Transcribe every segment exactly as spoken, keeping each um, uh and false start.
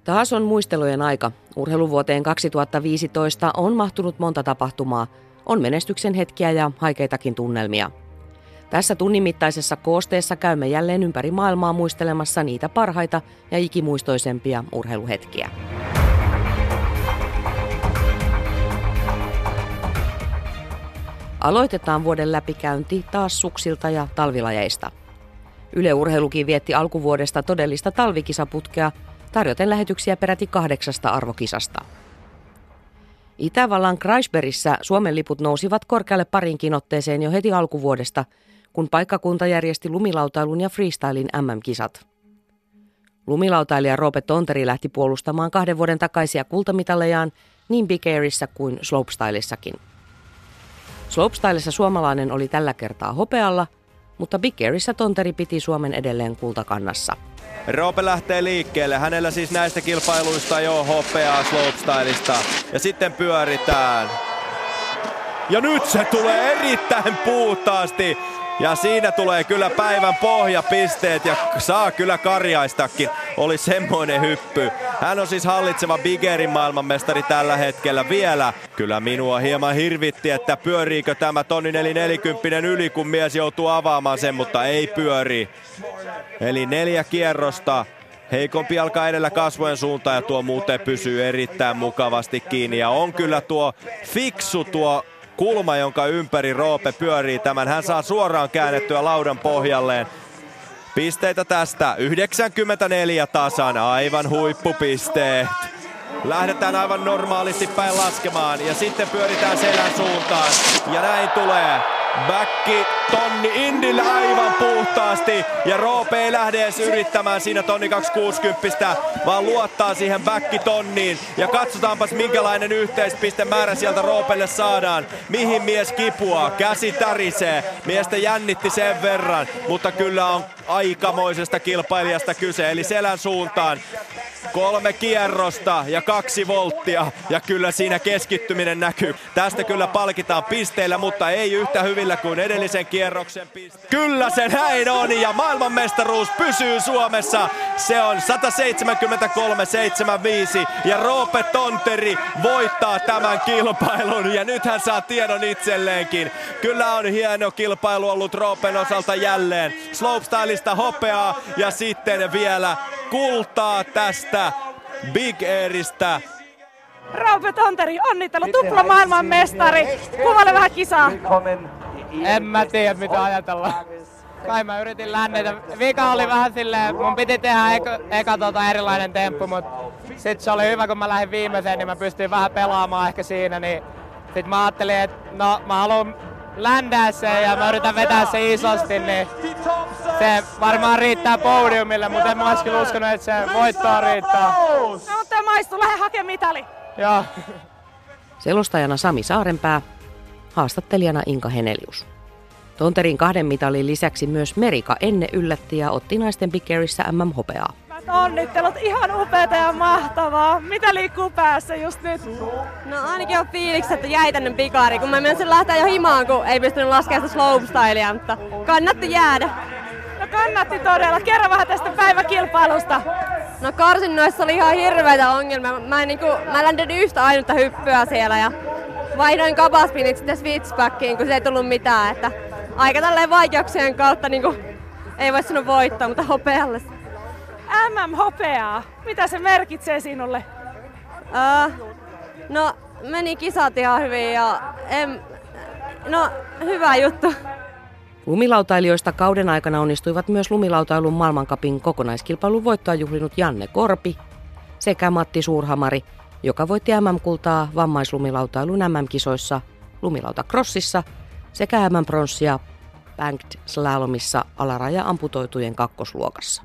Taas on muistelujen aika. Urheiluvuoteen kaksituhattaviisitoista on mahtunut monta tapahtumaa. On menestyksen hetkiä ja haikeitakin tunnelmia. Tässä tunnin mittaisessa koosteessa käymme jälleen ympäri maailmaa muistelemassa niitä parhaita ja ikimuistoisempia urheiluhetkiä. Aloitetaan vuoden läpikäynti taas suksilta ja talvilajeista. Yle Urheilukin vietti alkuvuodesta todellista talvikisaputkea, tarjoten lähetyksiä peräti kahdeksasta arvokisasta. Itävallan Kreisbergissä Suomen liput nousivat korkealle parinkin otteeseen jo heti alkuvuodesta, kun paikkakunta järjesti lumilautailun ja freestylin M M-kisat. Lumilautailija Roope Tonteri lähti puolustamaan kahden vuoden takaisia kultamitalejaan niin Big Airissä kuin Slopestylissakin. Slopestylissa suomalainen oli tällä kertaa hopealla, mutta Big Airissä Tonteri piti Suomen edelleen kultakannassa. Roope lähtee liikkeelle. Hänellä siis näistä kilpailuista jo hopeaa slopestylista. Ja sitten pyöritään. Ja nyt se tulee erittäin puhtaasti. Ja siinä tulee kyllä päivän pohjapisteet ja saa kyllä karjaistakin. Oli semmoinen hyppy. Hän on siis hallitseva Big Airin maailmanmestari tällä hetkellä vielä. Kyllä minua hieman hirvitti, että pyöriikö tämä tonni neljäkymmentä yli, kun mies joutuu avaamaan sen, mutta ei pyöri. Eli neljä kierrosta. Heikompi alkaa edellä kasvojen suuntaan ja tuo muuten pysyy erittäin mukavasti kiinni. Ja on kyllä tuo fiksu tuo kulma, jonka ympäri Roope pyörii tämän. Hän saa suoraan käännettyä laudan pohjalleen. Pisteitä tästä. yhdeksänkymmentäneljä tasan. Aivan huippupisteet. Lähdetään aivan normaalisti päin laskemaan. Ja sitten pyöritään selän suuntaan. Ja näin tulee. Bäkki tonni Indille aivan puhtaasti. Ja Roope ei lähde edes yrittämään siinä tonni kaksisataakuusikymmentä, vaan luottaa siihen bäkki tonniin. Ja katsotaanpas minkälainen yhteispistemäärä sieltä Roopelle saadaan. Mihin mies kipuaa. Käsi tärisee. Miestä jännitti sen verran. Mutta kyllä on aikamoisesta kilpailijasta kyse. Eli selän suuntaan. Kolme kierrosta ja kaksi volttia. Ja kyllä siinä keskittyminen näkyy. Tästä kyllä palkitaan pisteillä, mutta ei yhtä hyvillä kuin edellisen kierroksen pisteillä. Kyllä se näin on ja maailmanmestaruus pysyy Suomessa. Se on sata seitsemänkymmentäkolme seitsemänkymmentäviisi ja Roope Tonteri voittaa tämän kilpailun. Ja nyt hän saa tiedon itselleenkin. Kyllä on hieno kilpailu ollut Roopen osalta jälleen. Slopestylista hopeaa ja sitten vielä kultaa tästä Big Airistä. Roope Tonteri, onnittelu, tupla maailmanmestari. Kuvaile vähän kisaa. En mä tiedä mitä ajatella. Kai mä yritin lännetä. Vika oli vähän silleen, mun piti tehdä eka, eka tota erilainen temppu, mut sit se oli hyvä kun mä lähdin viimeiseen, niin mä pystyin vähän pelaamaan ehkä siinä. Niin sit mä ajattelin, että no mä haluan ländää sen ja mä yritän vetää sen isosti, niin se varmaan riittää podiumille, mutta en mä ois kyllä uskonut, että se voittoa riittää. No mutta maistuu, lähde hakemaan mitali. Joo. Selostajana Sami Saarenpää, haastattelijana Inka Henelius. Tonterin kahden mitalin lisäksi myös Merika Enne yllätti ja otti naisten Big Airissä M M-hopeaa. Onnittelut, ihan upeata ja mahtavaa. Mitä liikkuu päässä just nyt? No ainakin on fiiliksi, että jäi tänne Big Airiin, kun mä menisin lähteä jo himaan, kun ei pystynyt laskemaan sitä slopestylia, mutta kannatti jäädä. No kannatti todella. Kerro vähän tästä päiväkilpailusta. No karsinnoissa oli ihan hirveitä ongelmia. Mä en niinku, mä ländin yhtä ainutta hyppyä siellä ja vaihdoin kabaspinit sitten switchbackiin, kun se ei tullut mitään. Että aika tälleen vaikeuksien kautta niinku, ei voi sanoa voittaa, mutta hopealle. M M-hopeaa. Mitä se merkitsee sinulle? Uh, no meni kisat ihan hyvin ja en, no hyvä juttu. Lumilautailijoista kauden aikana onnistuivat myös lumilautailun maailmancupin kokonaiskilpailun voittoa juhlinut Janne Korpi sekä Matti Suurhamari, joka voitti M M-kultaa vammaislumilautailun M M-kisoissa lumilautakrossissa sekä M M-pronssia banked slalomissa alaraja amputoitujen kakkosluokassa.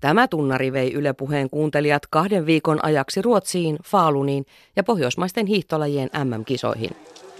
Tämä tunnari vei Yle Puheen kuuntelijat kahden viikon ajaksi Ruotsiin, Faluniin ja pohjoismaisten hiihtolajien äm äm-kisoihin.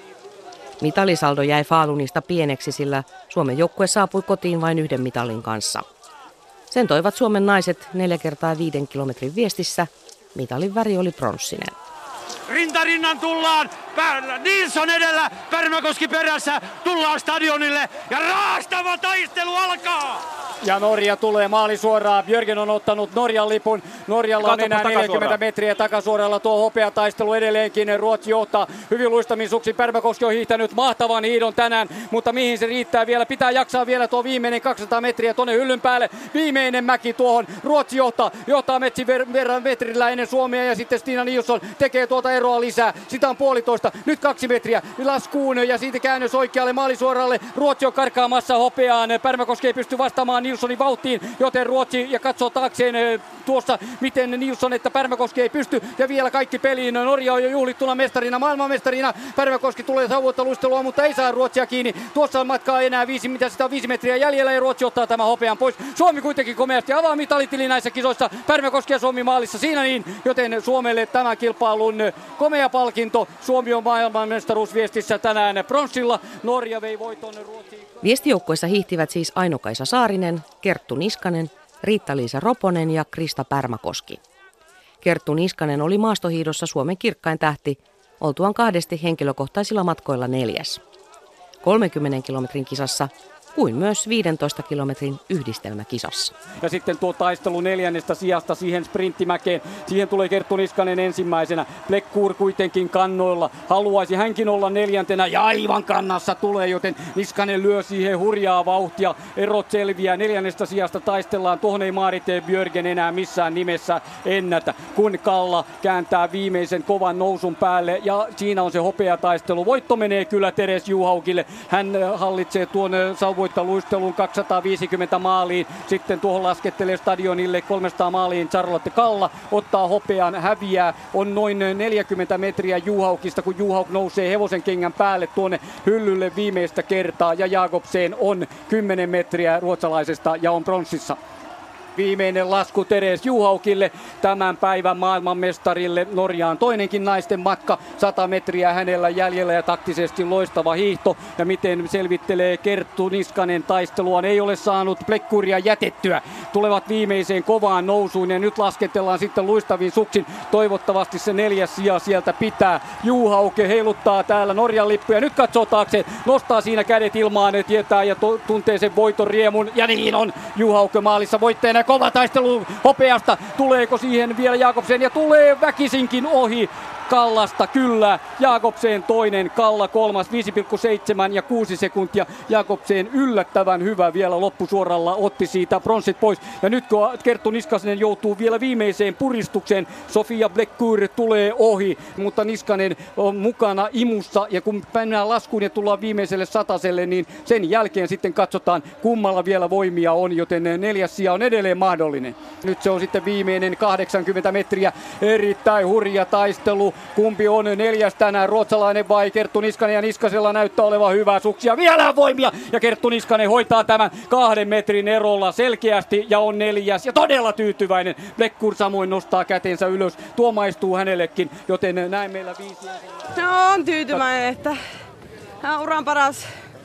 Mitalisaldo jäi Falunista pieneksi, sillä Suomen joukkue saapui kotiin vain yhden mitalin kanssa. Sen toivat Suomen naiset neljä kertaa viiden kilometrin viestissä. Mitalin väri oli pronssinen. Rintarinnan tullaan, Nilsson edellä, Pärmäkoski perässä, tullaan stadionille ja raastava taistelu alkaa! Ja Norja tulee maali suoraan. Björgen on ottanut Norjan lipun. Norjalla on enää neljäkymmentä metriä takasuoralla tuo hopeataistelu edelleenkin. Ruotsi johtaa hyvin luistamin suksi. Pärmäkoski on hiihtänyt mahtavan hiidon tänään, mutta mihin se riittää vielä? Pitää jaksaa vielä tuo viimeinen kaksisataa metriä tuonne hyllyn päälle. Viimeinen mäki tuohon. Ruotsi johtaa, johtaa metsin ver- verran metrillä ennen Suomea ja sitten Stina Nilsson tekee tuota eroa lisää. Sitä on puolitoista. Nyt kaksi metriä laskuun ja siitä käännös oikealle maalisuoralle. Ruotsi on karkaamassa hopeaan. Pärmäkoski ei pysty vastaamaan Nilssonin vauhtiin, joten Ruotsi ja katsoo taakseen tuossa, miten Nilsson että Pärmäkoski ei pysty. Ja vielä kaikki peliin. Norja on jo juhlittuna mestarina, maailmanmestarina. Pärmäkoski tulee saavuttelustelua, mutta ei saa Ruotsia kiinni. Tuossa on matkaa enää viisi, mitä sitä on viisi metriä jäljellä ja Ruotsi ottaa tämän hopean pois. Suomi kuitenkin komeasti avaa mitalitili näissä kisoissa. Pärmäkoski ja Suomi maalissa siinä niin, joten Suomelle tämän kilpailun komea palkinto. Suomi on maailmanmestaruusviestissä tänään pronssilla. Norja vei voiton Ruotsiin. Viestijoukkueessa hiihtivät siis Aino-Kaisa Saarinen, Kerttu Niskanen, Riitta-Liisa Roponen ja Krista Pärmäkoski. Kerttu Niskanen oli maastohiidossa Suomen kirkkain tähti, oltuaan kahdesti henkilökohtaisilla matkoilla neljäs. kolmenkymmenen kilometrin kisassa kuin myös viidentoista kilometrin yhdistelmäkisassa. Ja sitten tuo taistelu neljännestä sijasta siihen sprinttimäkeen. Siihen tulee Kerttu Niskanen ensimmäisenä. Blekkuur kuitenkin kannoilla. Haluaisi hänkin olla neljäntenä ja aivan kannassa tulee, joten Niskanen lyö siihen hurjaa vauhtia. Erot selviää. Neljännestä sijasta taistellaan. Tuohon ei Maarit Björgen enää missään nimessä ennätä. Kun Kalla kääntää viimeisen kovan nousun päälle ja siinä on se hopeataistelu. Voitto menee kyllä Teres Juhaukille. Hän hallitsee tuon salvoittelun luistelun kaksisataaviisikymmentä maaliin. Sitten tuohon laskettelee stadionille kolmesataa maaliin. Charlotte Kalla ottaa hopean, häviää. On noin neljäkymmentä metriä Juhaukista, kun Juhauk nousee hevosen kengän päälle tuonne hyllylle viimeistä kertaa. Ja Jakobsen on kymmenen metriä ruotsalaisesta ja on pronssissa. Viimeinen lasku Teres Juhaukille, tämän päivän maailmanmestarille. Norjaan toinenkin naisten matka, sata metriä hänellä jäljellä ja taktisesti loistava hiihto. Ja miten selvittelee Kerttu Niskanen taisteluaan, ei ole saanut Blekkuuria jätettyä. Tulevat viimeiseen kovaan nousuun ja nyt lasketellaan sitten luistavin suksin. Toivottavasti se neljäs sija sieltä pitää. Juhauke heiluttaa täällä Norjan lippuja. Nyt katsoo taakse, nostaa siinä kädet ilmaan, tietää ja to- tuntee sen voiton riemun. Ja niin on Juhauke maalissa voittajana. Kova taistelu hopeasta. Tuleeko siihen vielä Jakobsen ja tulee väkisinkin ohi Kallasta, kyllä. Jakobsen toinen, Kalla kolmas, viisi pilkku seitsemän ja kuusi sekuntia. Jakobsen yllättävän hyvä vielä loppusuoralla, otti siitä pronssit pois. Ja nyt kun Kerttu Niskanen joutuu vielä viimeiseen puristukseen, Sofia Blekkuur tulee ohi, mutta Niskanen on mukana imussa. Ja kun mennään laskuun ja tullaan viimeiselle sataselle, niin sen jälkeen sitten katsotaan, kummalla vielä voimia on, joten neljäs sija on edelleen mahdollinen. Nyt se on sitten viimeinen kahdeksankymmentä metriä, erittäin hurja taistelu. Kumpi on neljäs tänään, ruotsalainen vai Kerttu Niskanen, ja Niskasella näyttää olevan hyvää suksia, vielä voimia, ja Kerttu Niskanen hoitaa tämän kahden metrin erolla selkeästi ja on neljäs ja todella tyytyväinen. Blekkuur samoin nostaa kätensä ylös, tuo maistuu hänellekin, joten näin meillä viisi. No on tyytyväinen, että tämä on uran paras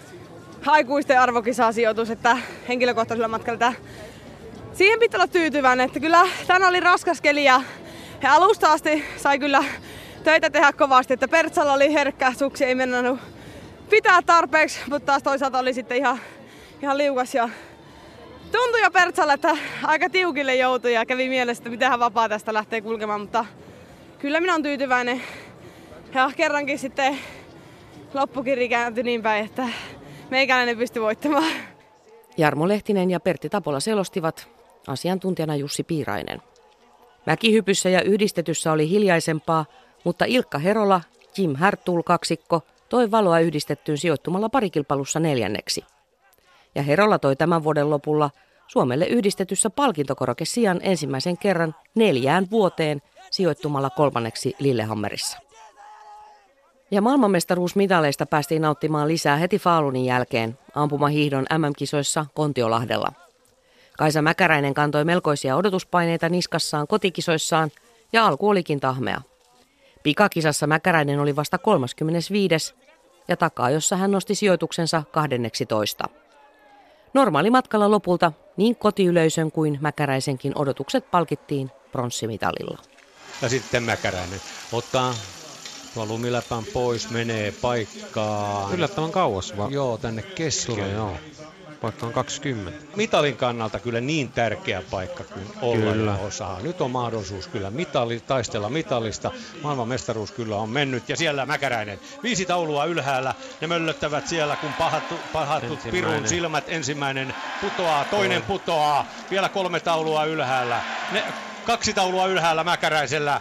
aikuisten arvokisasijoitus, että henkilökohtaisella matkalla siihen pitää olla tyytyväinen, että kyllä tänään oli raskas keli ja ja alusta asti sai kyllä töitä tehdä kovasti, että Pertsalla oli herkkä suksi, ei mennä pitää tarpeeksi, mutta taas toisaalta oli sitten ihan, ihan liukas ja tuntui jo Pertsalle, että aika tiukille joutui ja kävi mielessä, että mitenhän vapaa tästä lähtee kulkemaan, mutta kyllä minä olen tyytyväinen ja kerrankin sitten loppukiri kääntyi niin päin, että meikäläinen pystyi voittamaan. Jarmo Lehtinen ja Pertti Tapola selostivat, asiantuntijana Jussi Piirainen. Mäkihypyssä ja yhdistetyssä oli hiljaisempaa, mutta Ilkka Herola, Jim Härtul kaksikko toi valoa yhdistettyyn sijoittumalla parikilpailussa neljänneksi. Ja Herola toi tämän vuoden lopulla Suomelle yhdistetyssä palkintokorokesijan ensimmäisen kerran neljään vuoteen sijoittumalla kolmanneksi Lillehammerissa. Ja maailmanmestaruusmitaleista päästiin nauttimaan lisää heti Falunin jälkeen ampumahiihdon äm äm-kisoissa Kontiolahdella. Kaisa Mäkäräinen kantoi melkoisia odotuspaineita niskassaan kotikisoissaan ja alku olikin tahmea. Pikakisassa Mäkäräinen oli vasta kolmaskymmenesviides ja takaa, jossa hän nosti sijoituksensa kahdenneksitoista. Normaalimatkalla lopulta niin kotiyleisön kuin Mäkäräisenkin odotukset palkittiin pronssimitalilla. Ja sitten Mäkäräinen ottaa tuo lumiläpän pois, menee paikkaan. Yllättävän kauas vaan. Joo, tänne keskelle. Joo. Paikka on kaksikymmentä. Mitalin kannalta kyllä niin tärkeä paikka kuin olla Kyllä. ja osaa. Nyt on mahdollisuus kyllä mitali, taistella mitalista. Maailmanmestaruus kyllä on mennyt ja siellä Mäkäräinen. Viisi taulua ylhäällä. Ne möllöttävät siellä kun pahattu, pahattut pirun silmät. Ensimmäinen putoaa, toinen Oi. putoaa. Vielä kolme taulua ylhäällä. Ne, kaksi taulua ylhäällä Mäkäräisellä.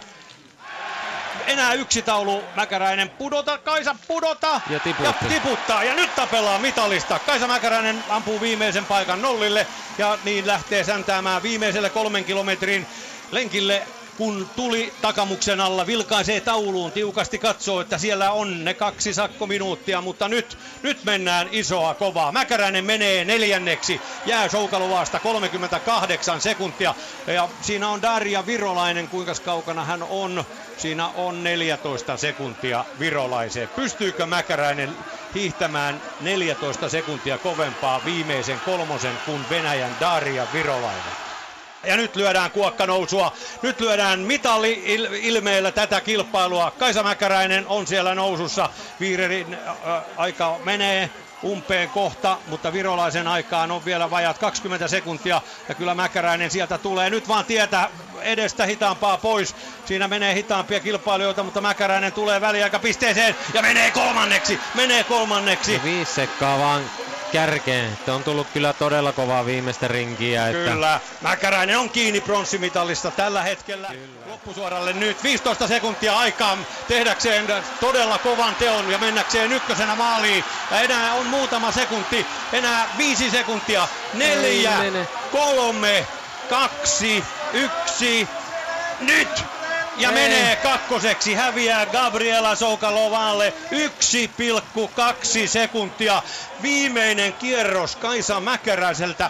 Enää yksi taulu, Mäkäräinen pudota, Kaisa pudota ja, ja tiputtaa. Ja nyt tapellaan mitalista. Kaisa Mäkäräinen ampuu viimeisen paikan nollille ja niin lähtee säntäämään viimeiselle kolmen kilometrin lenkille. Kun tuli takamuksen alla, vilkaisee tauluun, tiukasti katsoo, että siellä on ne kaksi sakkominuuttia, mutta nyt, nyt mennään isoa kovaa. Mäkäräinen menee neljänneksi, jää Soukalovasta kolmekymmentäkahdeksan sekuntia ja siinä on Darja Virolainen, kuinka kaukana hän on. Siinä on neljätoista sekuntia Virolaiseen. Pystyykö Mäkäräinen hiihtämään neljätoista sekuntia kovempaa viimeisen kolmosen kuin Venäjän Darja Virolainen? Ja nyt lyödään kuokkanousua, nyt lyödään mitali ilmeellä tätä kilpailua. Kaisa Mäkäräinen on siellä nousussa, Viirerin äh, aika menee umpeen kohta, mutta Virolaisen aikaan on vielä vajat kaksikymmentä sekuntia. Ja kyllä Mäkäräinen sieltä tulee nyt vaan tietä edestä hitaampaa pois. Siinä menee hitaampia kilpailijoita, mutta Mäkäräinen tulee väliaikapisteeseen ja menee kolmanneksi, menee kolmanneksi. Ja viisi sekkaa vaan kärkeen. Että on tullut kyllä todella kovaa viimeistä rinkiä. Että... Kyllä, Mäkäräinen on kiinni pronssimitalista tällä hetkellä. Kyllä. Loppusuoralle nyt viisitoista sekuntia aikaa tehdäkseen todella kovan teon ja mennäkseen ykkösenä maaliin. Ja enää on muutama sekunti, enää viisi sekuntia, neljä, kolme, kaksi, yksi, nyt! Ja Ei. menee kakkoseksi, häviää Gabriela Soukalovalle yksi pilkku kaksi sekuntia. Viimeinen kierros Kaisa Mäkäräiseltä,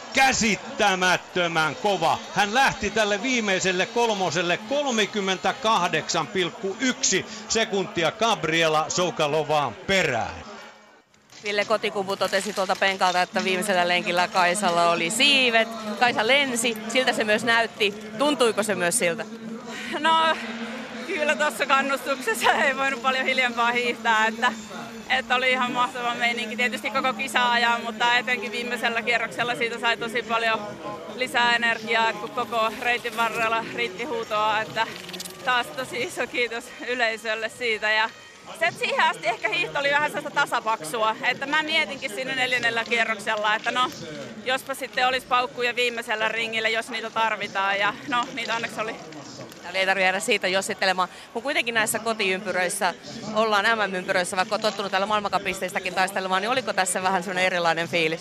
käsittämättömän kova. Hän lähti tälle viimeiselle kolmoselle kolmekymmentäkahdeksan pilkku yksi sekuntia Gabriela Soukalovaan perään. Ville Kotikumpu totesi tuolta penkalta, että viimeisellä lenkillä Kaisalla oli siivet. Kaisa lensi, siltä se myös näytti. Tuntuiko se myös siltä? No kyllä tuossa kannustuksessa ei voinut paljon hiljempaa hiihtää, että, että oli ihan mahtava meininki. Tietysti koko kisa-ajan, mutta etenkin viimeisellä kierroksella siitä sai tosi paljon lisää energiaa, kun koko reitin varrella riitti huutoa, että taas tosi iso kiitos yleisölle siitä. Ja se, että siihen asti ehkä hiihto oli vähän sellaista tasapaksua, että mä mietinkin siinä neljännellä kierroksella, että no jospa sitten olisi paukkuja viimeisellä ringillä, jos niitä tarvitaan, ja no niitä onneksi oli. Eli ei tarvitse jäädä siitä jossittelemaan, kun kuitenkin näissä kotiympyröissä ollaan M M-ympyröissä, vaikka on tottunut täällä maailmankapisteistäkin taistelemaan, niin oliko tässä vähän sellainen erilainen fiilis?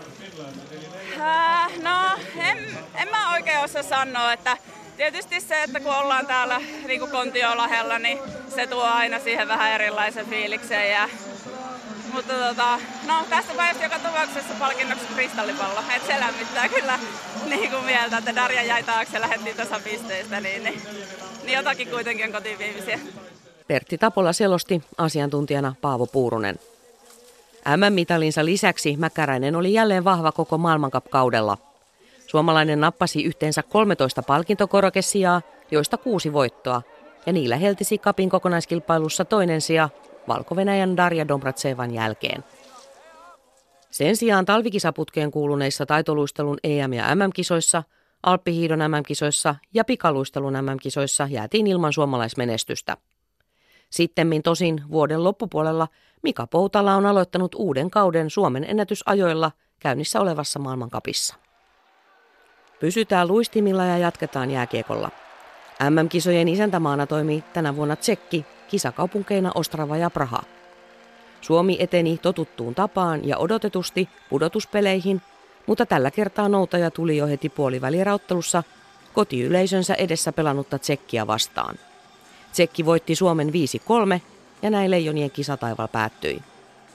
Äh, no en, en mä oikein osaa sanoa, että tietysti se, että kun ollaan täällä niin kuin Kontiolahella, niin se tuo aina siihen vähän erilaisen fiiliksen. Ja, mutta tota, no, tästä päivästä joka tapauksessa palkinnoksi kristallipallo. Et se lämmittää kyllä niin kuin mieltä, että Darja jäi taakse ja lähdettiin tasapisteistä, niin, niin, niin jotakin kuitenkin on kotiin viimeisiä. Pertti Tapola selosti, asiantuntijana Paavo Puurunen. M M-mitalinsa lisäksi Mäkäräinen oli jälleen vahva koko maailmankap-kaudella. Suomalainen nappasi yhteensä kolmetoista palkintokorokesijaa, joista kuusi voittoa, ja niillä heltisi kapin kokonaiskilpailussa toinen sija Valko-Venäjän Darja Dombratsevan jälkeen. Sen sijaan talvikisaputkeen kuuluneissa taitoluistelun E M- ja M M-kisoissa, alppihiidon M M-kisoissa ja pikaluistelun M M-kisoissa jäätiin ilman suomalaismenestystä. Sittemmin tosin vuoden loppupuolella Mika Poutala on aloittanut uuden kauden Suomen ennätysajoilla käynnissä olevassa maailmankapissa. Pysytään luistimilla ja jatketaan jääkiekolla. M M-kisojen isäntämaana toimii tänä vuonna Tsekki, kisakaupunkeina Ostrava ja Praha. Suomi eteni totuttuun tapaan ja odotetusti pudotuspeleihin, mutta tällä kertaa noutaja tuli jo heti puolivälieräottelussa kotiyleisönsä edessä pelannutta Tsekkiä vastaan. Tsekki voitti Suomen viisi kolme ja näin Leijonien kisataival päättyi.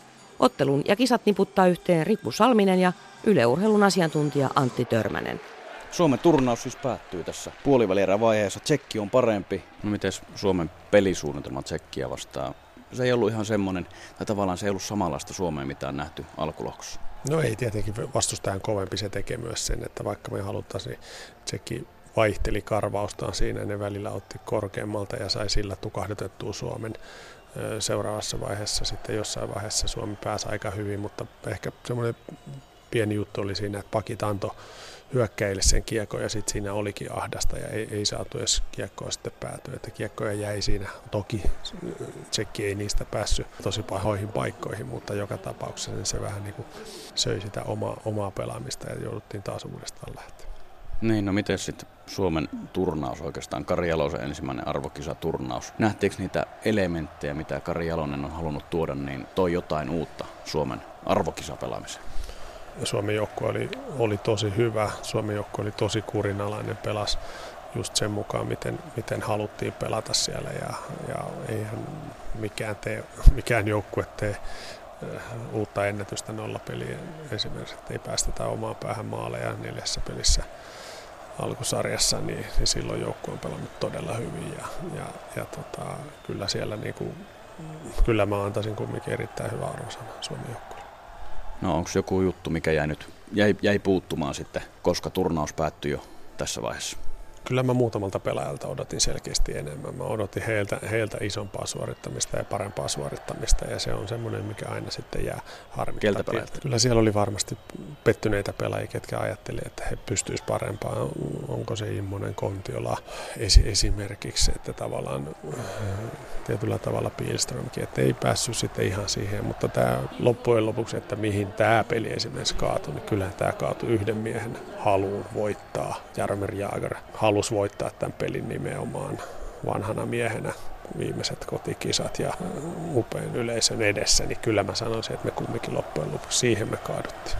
Ottelun ja kisat niputtaa yhteen Riku Salminen ja Yle Urheilun asiantuntija Antti Törmänen. Suomen turnaus siis päättyy tässä puolivälierän vaiheessa. Tsekki on parempi. No miten Suomen pelisuunnitelma Tsekkiä vastaan? Se ei ollut ihan semmoinen, tai tavallaan se ei ollut samanlaista Suomea, mitä on nähty alkulohkossa. No ei tietenkin, vastustajan kovempi se tekee myös sen, että vaikka me haluttaisiin, Tsekki vaihteli karvaustaan siinä, ne välillä otti korkeammalta ja sai sillä tukahdutettua Suomen. Seuraavassa vaiheessa sitten jossain vaiheessa Suomi pääsi aika hyvin, mutta ehkä semmoinen pieni juttu oli siinä, että pakit antoi hyökkäille sen kiekon ja sitten siinä olikin ahdasta ja ei, ei saatu edes kiekkoa sitten päätyä, että kiekkoja jäi siinä. Toki Tsekki ei niistä päässyt tosi pahoihin paikkoihin, mutta joka tapauksessa niin se vähän niin kuin söi sitä omaa, omaa pelaamista ja jouduttiin taas uudestaan lähteä. Niin, no miten sitten Suomen turnaus oikeastaan, Kari Jalosen ensimmäinen arvokisaturnaus. Nähtiinkö niitä elementtejä, mitä Kari Jalonen on halunnut tuoda, niin toi jotain uutta Suomen arvokisapelaamiseen? Suomen joukkue oli, oli tosi hyvä, Suomen joukkue oli tosi kurinalainen, pelasi just sen mukaan, miten, miten haluttiin pelata siellä ja, ja eihän mikään, tee, mikään joukkue tee uutta ennätystä nollapeliä esimerkiksi, että ei päästetä omaan päähän maaleja neljässä pelissä alkusarjassa, niin, niin silloin joukkue on pelannut todella hyvin ja, ja, ja tota, kyllä siellä niinku, kyllä mä antaisin kumminkin erittäin hyvä arvosana Suomen joukkueelle. No onko joku juttu, mikä jäi nyt jäi, jäi puuttumaan sitten, koska turnaus päättyi jo tässä vaiheessa? Kyllä mä muutamalta pelaajalta odotin selkeästi enemmän. Mä odotin heiltä, heiltä isompaa suorittamista ja parempaa suorittamista ja se on semmoinen, mikä aina sitten jää harmittaa. Kyllä siellä oli varmasti pettyneitä pelaajia, ketkä ajattelivat, että he pystyisivät parempaan. Onko se Immonen, Kontiola esimerkiksi, että tavallaan tietyllä tavalla Pihlströmkin, että ei päässyt sitten ihan siihen, mutta tämä loppujen lopuksi, että mihin tämä peli esimerkiksi kaatui, niin kyllä tämä kaatui yhden miehen haluun voittaa. Jaromir Jagr halusi voittaa tämän pelin nimenomaan vanhana miehenä viimeiset kotikisat ja upean yleisön edessä, niin kyllä mä sanoisin, että me kumminkin loppujen lopuksi siihen me kaaduttiin.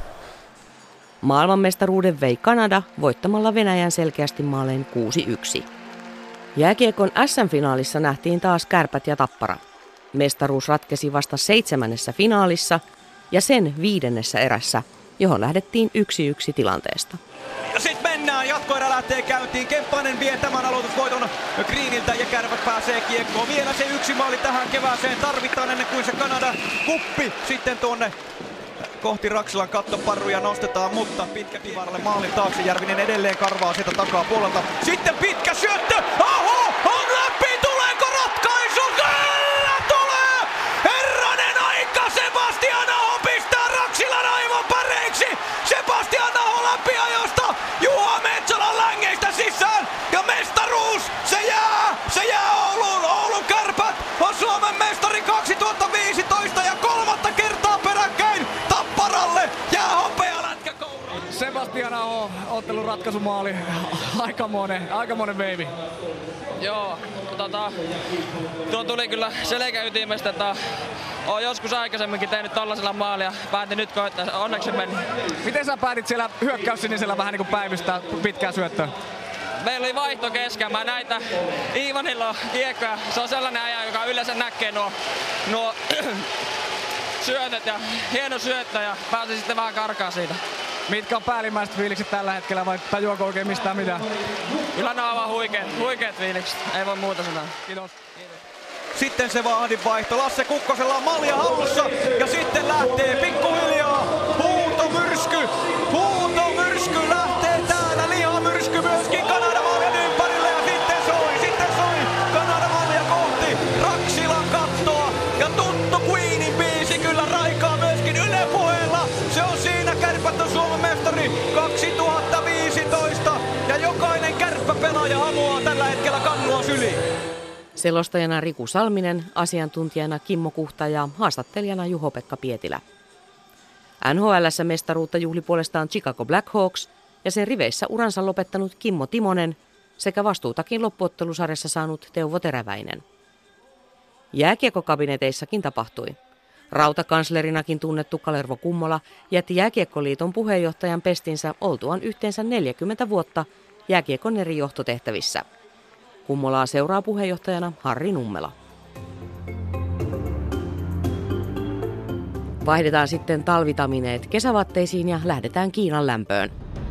Maailmanmestaruuden vei Kanada voittamalla Venäjän selkeästi maalein kuusi yksi. Jääkiekon äs äm-finaalissa nähtiin taas Kärpät ja Tappara. Mestaruus ratkesi vasta seitsemännessä finaalissa ja sen viidennessä erässä, johon lähdettiin yksi yksi tilanteesta. Ja sitten mennään, jatkoerä lähtee käyntiin. Kemppainen vie tämän aloitusvoiton Greeniltä ja Kärpät pääsee kiekkoon. Vielä se yksi maali tähän kevääseen tarvitaan ennen kuin se Kanada kuppi sitten tuonne kohti Raksilan kattoparruja nostetaan, mutta pitkä kivaralle maalin taakse. Järvinen edelleen karvaa sitä takaa puolelta. Sitten pitkä syöttö. Oho, on läpi. Tuleeko ratkaisu? Kyllä tulee! Herranen aika! Sebastian Aho pistää Raksilan aivan pareiksi. Sebastian Aho läpiajosta. Juha Metsolan längeistä sisään. Ja mestaruus! Se jää! Se jää Ouluun! Oulun Kärpät on Suomen mestari kaksituhattaviisitoista ja kolmatta kertaa peräkkäin Tapparalle jää hopealätkä kouraan. Sebastian Aho, ottelun ratkaisumaali. Aikamoinen, aikamoinen veivi. Joo, tota, tuo tuli kyllä selkäytimestä, että olen joskus aikaisemminkin tehnyt tollasella maalia. Päätin nyt koittaa, onneksi meni. Miten sä päätit siellä hyökkäyssinisellä vähän niin kuin päivystää pitkää syöttöä? Meillä oli vaihto kesken. Mä näitä Iivanilla on kiekkoja. Se on sellainen äijä, joka yleensä näkee nuo, nuo syötöt ja hieno syöttö ja pääsi sitten vähän karkaa siitä. Mitkä on päällimmäiset fiilikset tällä hetkellä vai tajuako oikein mistään mitään? Kyllä ne on aivan huikeat, huikeat fiilikset. Ei voi muuta sanoa. Kiitos. Sitten se vahdinvaihto. Lasse Kukkosella on mallia hallussa ja sitten lähtee pikkuhiljaa. Huutomyrsky, huutomyrsky lähtee täällä. Lihamyrsky myöskin Kanada maalin ympärille ja sitten soi, sitten soi Kanada maalia kohti Raksilan kattoa. Ja tuttu Queenin biisi kyllä raikaa myöskin Yle Puheella. Se on siinä, Kärpät on Suomen mestari kaksituhattaviisitoista ja jokainen kärppäpelaaja haluaa tällä hetkellä kannua syliin. Selostajana Riku Salminen, asiantuntijana Kimmo Kuhta ja haastattelijana Juho-Pekka Pietilä. N H L:ssä mestaruutta juhli puolestaan Chicago Blackhawks ja sen riveissä uransa lopettanut Kimmo Timonen sekä vastuutakin loppuottelusarjassa saanut Teuvo Teräväinen. Jääkiekkokabineteissakin tapahtui. Rautakanslerinakin tunnettu Kalervo Kummola jätti Jääkiekkoliiton puheenjohtajan pestinsä oltuaan yhteensä neljäkymmentä vuotta jääkiekon eri johtotehtävissä. Kummolaa seuraa puheenjohtajana Harri Nummela. Vaihdetaan sitten talvitamineet kesävatteisiin ja lähdetään Kiinan lämpöön.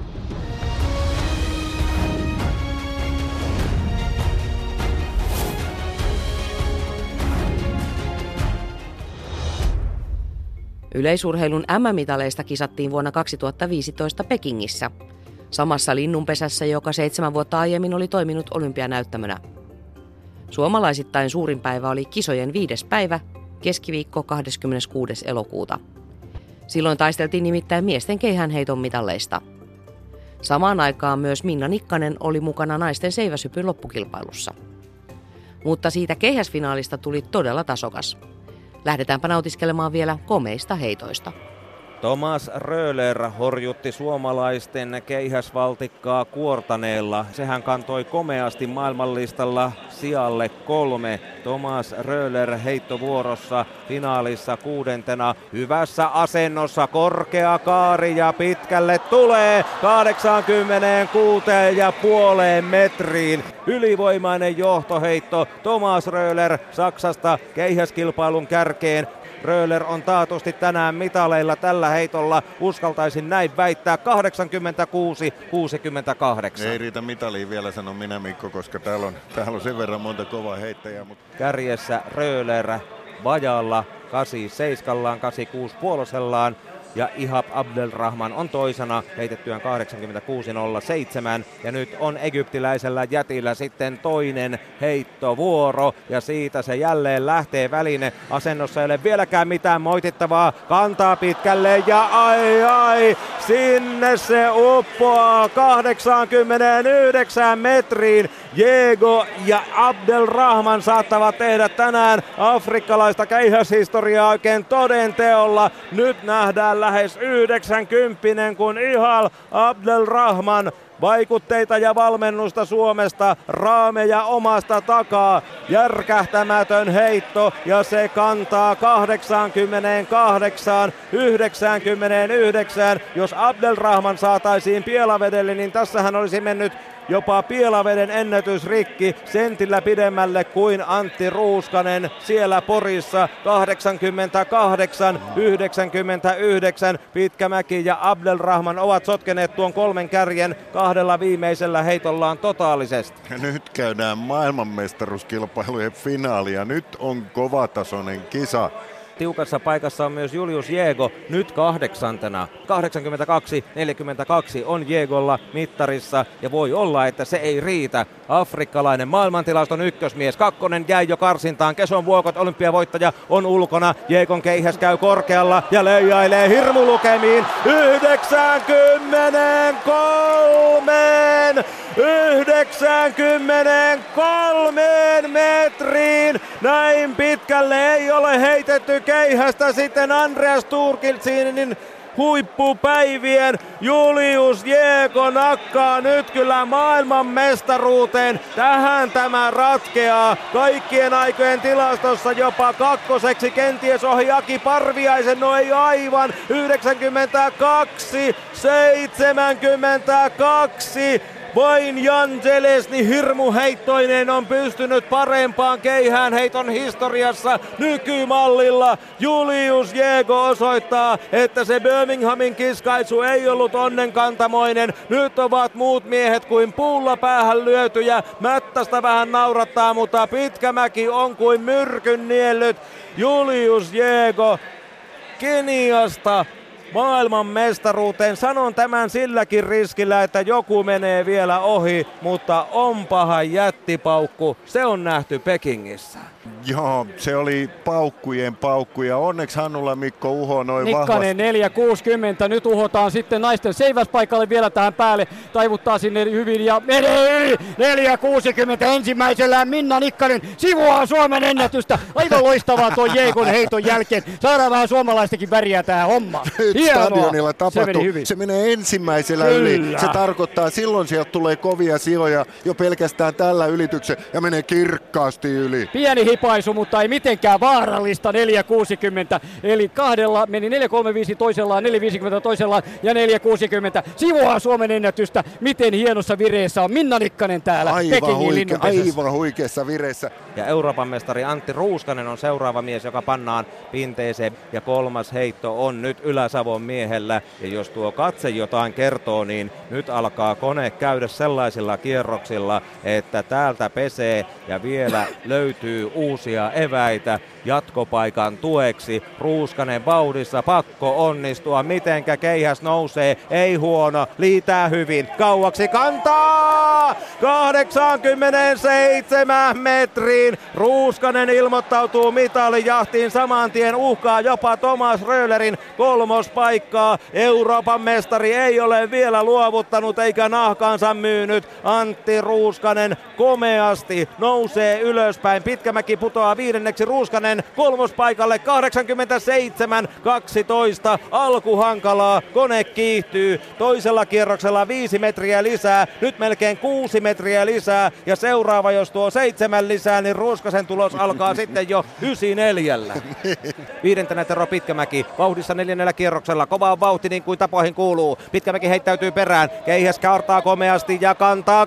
Yleisurheilun äm äm-mitaleista kisattiin vuonna kaksituhattaviisitoista Pekingissä. Samassa linnunpesässä, joka seitsemän vuotta aiemmin oli toiminut olympianäyttämönä. Suomalaisittain suurin päivä oli kisojen viides päivä, keskiviikko kahdeskymmeneskuudes elokuuta. Silloin taisteltiin nimittäin miesten keihäänheiton mitalleista. Samaan aikaan myös Minna Nikkanen oli mukana naisten seiväshypyn loppukilpailussa. Mutta siitä keihäsfinaalista tuli todella tasokas. Lähdetäänpä nautiskelemaan vielä komeista heitoista. Thomas Röhler horjutti suomalaisten keihäsvaltikkaa kuortaneella. Sehän kantoi komeasti maailmanlistalla sijalle kolme. Thomas Röhler heittovuorossa finaalissa kuudentena. Hyvässä asennossa korkea kaari ja pitkälle tulee kahdeksankymmentäkuusi pilkku viisi metriin. Ylivoimainen johtoheitto. Thomas Röhler Saksasta keihäskilpailun kärkeen. Röhler on taatusti tänään mitaleilla tällä heitolla, uskaltaisin näin väittää, kahdeksankymmentäkuusi pilkku kuusikymmentäkahdeksan. Ei riitä mitaliin vielä, sanon minä Mikko, koska täällä on, täällä on sen verran monta kovaa heittäjää. Mutta... Kärjessä Röhler vajalla kahdeksankymmentäseitsemän, kahdeksankymmentäkuusi puolosellaan ja Ihab Abdelrahman on toisena heitettyään kahdeksankymmentäkuusi pilkku nolla seitsemän. Ja nyt on egyptiläisellä jätillä sitten toinen heittovuoro ja siitä se jälleen lähtee väline. Asennossa ei ole vieläkään mitään moitittavaa, kantaa pitkälle ja ai ai, sinne se uppoaa kahdeksankymmentäyhdeksän metriin. Diego ja Abdelrahman saattavat tehdä tänään afrikkalaista keihäshistoriaa oikein toden teolla. Nyt nähdään lähes yhdeksänkymppinen, kun Ihab Abdelrahman vaikutteita ja valmennusta Suomesta, raameja omasta takaa, järkähtämätön heitto ja se kantaa kahdeksankymmentäkahdeksan yhdeksänkymmentäyhdeksän. Jos Abdelrahman saataisiin Pielavedelle, niin tässähän olisi mennyt jopa Pielaveden ennätysrikki sentillä pidemmälle kuin Antti Ruuskanen siellä Porissa. Kahdeksankymmentäkahdeksan yhdeksänkymmentäyhdeksän Pitkämäki ja Abdelrahman ovat sotkeneet tuon kolmen kärjen kahdella viimeisellä heitollaan totaalisesti. Nyt käydään maailmanmestaruuskilpailujen finaalia. Nyt on kovatasoinen kisa. Tiukassa paikassa on myös Julius Diego, nyt kahdeksantena. kahdeksankymmentäkaksi neljäkymmentäkaksi on Diegolla mittarissa ja voi olla, että se ei riitä. Afrikkalainen maailmantilaston ykkösmies, kakkonen jäi jo karsintaan. Keson Vuokot, olympiavoittaja, on ulkona. Diegon keihäs käy korkealla ja leijailee hirmulukemiin yhdeksänkymmentäkolme yhdeksänkymmentäkolme metriin. Näin pitkälle ei ole heitetty keihästä sitten Andreas Turkiltsinin huippupäivien. Julius Diego nakkaa nyt kyllä maailman mestaruuteen. Tähän tämä ratkeaa. Kaikkien aikojen tilastossa jopa kakkoseksi, kenties ohi Aki Parviaisen, no ei aivan. yhdeksänkymmentäkaksi seitsemänkymmentäkaksi. Vain Jan Zelesny hirmuheittoinen on pystynyt parempaan keihäänheiton historiassa nykymallilla. Julius Diego osoittaa, että se Birminghamin kiskaisu ei ollut onnenkantamoinen. Nyt ovat muut miehet kuin puulla päähän lyötyjä. Mättästä vähän naurattaa, mutta Pitkämäki on kuin myrkyn niellyt. Julius Diego Keniasta maailman mestaruuteen. Sanon tämän silläkin riskillä, että joku menee vielä ohi, mutta onpahan jättipaukku. Se on nähty Pekingissä. Joo, se oli paukkujen paukku ja onneksi Hannulla Mikko uho noin Nikkanen vahvasti. neljä kuusikymmentä, nyt uhotaan sitten naisten seiväspaikalle vielä tähän päälle, taivuttaa sinne hyvin ja neljä kuusikymmentä ensimmäisellään Minna Nikkanen sivuaa Suomen ennätystä. Aivan loistavaa tuon Diegon heiton jälkeen. Saadaan vähän suomalaistakin väriä tähän hommaan. Hienoa. Stadionilla tapahtuu. Se, se menee ensimmäisellä Kyllä. yli. Se tarkoittaa, silloin sieltä tulee kovia sijoja jo pelkästään tällä ylityksellä ja menee kirkkaasti yli. Pieni hipaisu, mutta ei mitenkään vaarallista. Neljä kuusikymmentä, eli kahdella meni neljä kolmekymmentäviisi toisellaan, neljä viisikymmentä toisellaan ja neljä kuusikymmentä. Sivuaa Suomen ennätystä. Miten hienossa vireessä on Minna Nikkanen täällä Aivan, Pekingin huike, linnunpesässä. aivan huikeassa vireessä. ja Euroopan mestari Antti Ruuskanen on seuraava mies, joka pannaan pinteeseen. Ja kolmas heitto on nyt Ylä-Savon miehellä. Ja jos tuo katse jotain kertoo, niin nyt alkaa kone käydä sellaisilla kierroksilla, että täältä pesee ja vielä löytyy uusia eväitä jatkopaikan tueksi. Ruuskanen vauhdissa, pakko onnistua. Mitenkä keihäs nousee? Ei huono, liitää hyvin. Kauaksi kantaa! kahdeksankymmentäseitsemän metriin. Ruuskanen ilmoittautuu mitalijahtiin saman tien. Uhkaa jopa Thomas Röhlerin kolmospaikkaa. Euroopan mestari ei ole vielä luovuttanut eikä nahkaansa myynyt. Antti Ruuskanen komeasti nousee ylöspäin. Pitkämäki putoaa viidenneksi. Ruuskanen kolmospaikalle kahdeksankymmentäseitsemän kaksitoista. Alku hankalaa. Kone kiihtyy. Toisella kierroksella viisi metriä lisää. Nyt melkein kuusi metriä lisää. Ja seuraava, jos tuo seitsemän lisää, niin Ruuskasen tulos alkaa sitten jo yhdeksänkymmentäneljällä. Viidentenä Tero Pitkämäki. Vauhdissa neljännellä kierroksella. Kova vauhti niin kuin tapoihin kuuluu. Pitkämäki heittäytyy perään. Keihäs kaartaa komeasti ja kantaa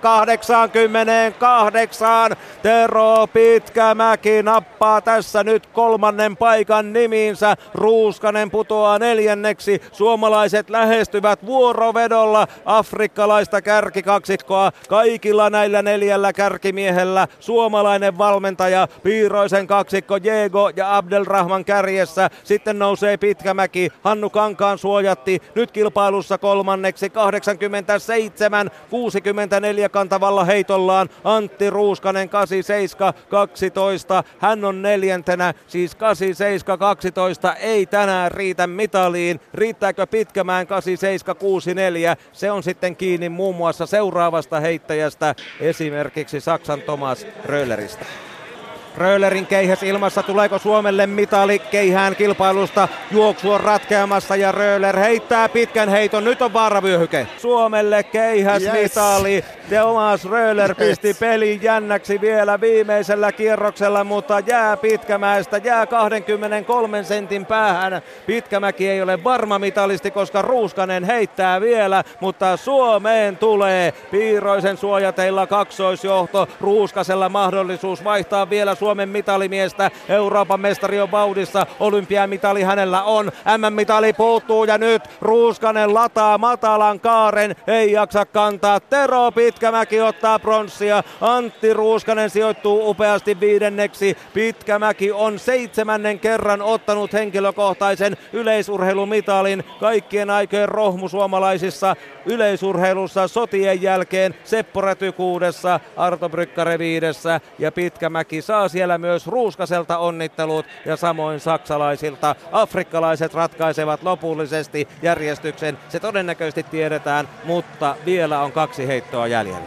kahdeksankymmentäkahdeksan. Tero Pitkämäki nappaa tässä nyt kolmannen paikan nimiinsä. Ruuskanen putoaa neljänneksi. Suomalaiset lähestyvät vuorovedolla afrikkalaista kärkikaksikkoa. Kaikilla näillä neljällä kärkimiehellä suomalainen valmentaja. Piiroisen kaksikko Diego ja Abdelrahman kärjessä. Sitten nousee Pitkämäki. Hannu Kankaan suojatti. Nyt kilpailussa kolmanneksi kahdeksankymmentäseitsemän kuusikymmentäneljä kantavalla heitollaan Antti Ruuskanen kahdeksankymmentäseitsemän kaksitoista. Hän on neljäntenä, siis kahdeksankymmentäseitsemän kaksitoista ei tänään riitä mitaliin. Riittääkö Pitkämäen kahdeksankymmentäseitsemän kuusikymmentäneljä? Se on sitten kiinni muun muassa seuraavasta heittäjästä, esimerkiksi Saksan Thomas Röhleristä. Röhlerin keihäs ilmassa, tuleeko Suomelle mitali keihään kilpailusta? Juoksu on ratkeamassa ja Röhler heittää pitkän heiton, nyt on vaaravyöhyke. Suomelle keihäs yes. mitali. Thomas Röhler pisti yes. pelin jännäksi vielä viimeisellä kierroksella, mutta jää Pitkämäestä, jää kaksikymmentäkolme sentin päähän. Pitkämäki ei ole varma mitalisti, koska Ruuskanen heittää vielä, mutta Suomeen tulee Piiroisen suojateilla kaksoisjohto. Ruuskasella mahdollisuus vaihtaa vielä Suomen mitalimiestä. Euroopan mestari on vauhdissa. Olympiamitali hänellä on. M M-mitali puuttuu ja nyt Ruuskanen lataa matalan kaaren. Ei jaksa kantaa. Tero Pitkämäki ottaa pronssia. Antti Ruuskanen sijoittuu upeasti viidenneksi. Pitkämäki on seitsemännen kerran ottanut henkilökohtaisen yleisurheilumitalin. Kaikkien aikojen rohmu suomalaisissa yleisurheilussa sotien jälkeen. Seppo Räty kuudessa, Arto Brykkare viidessä ja Pitkämäki saa siellä myös Ruuskaselta onnittelut ja samoin saksalaisilta. Afrikkalaiset ratkaisevat lopullisesti järjestyksen. Se todennäköisesti tiedetään, mutta vielä on kaksi heittoa jäljellä.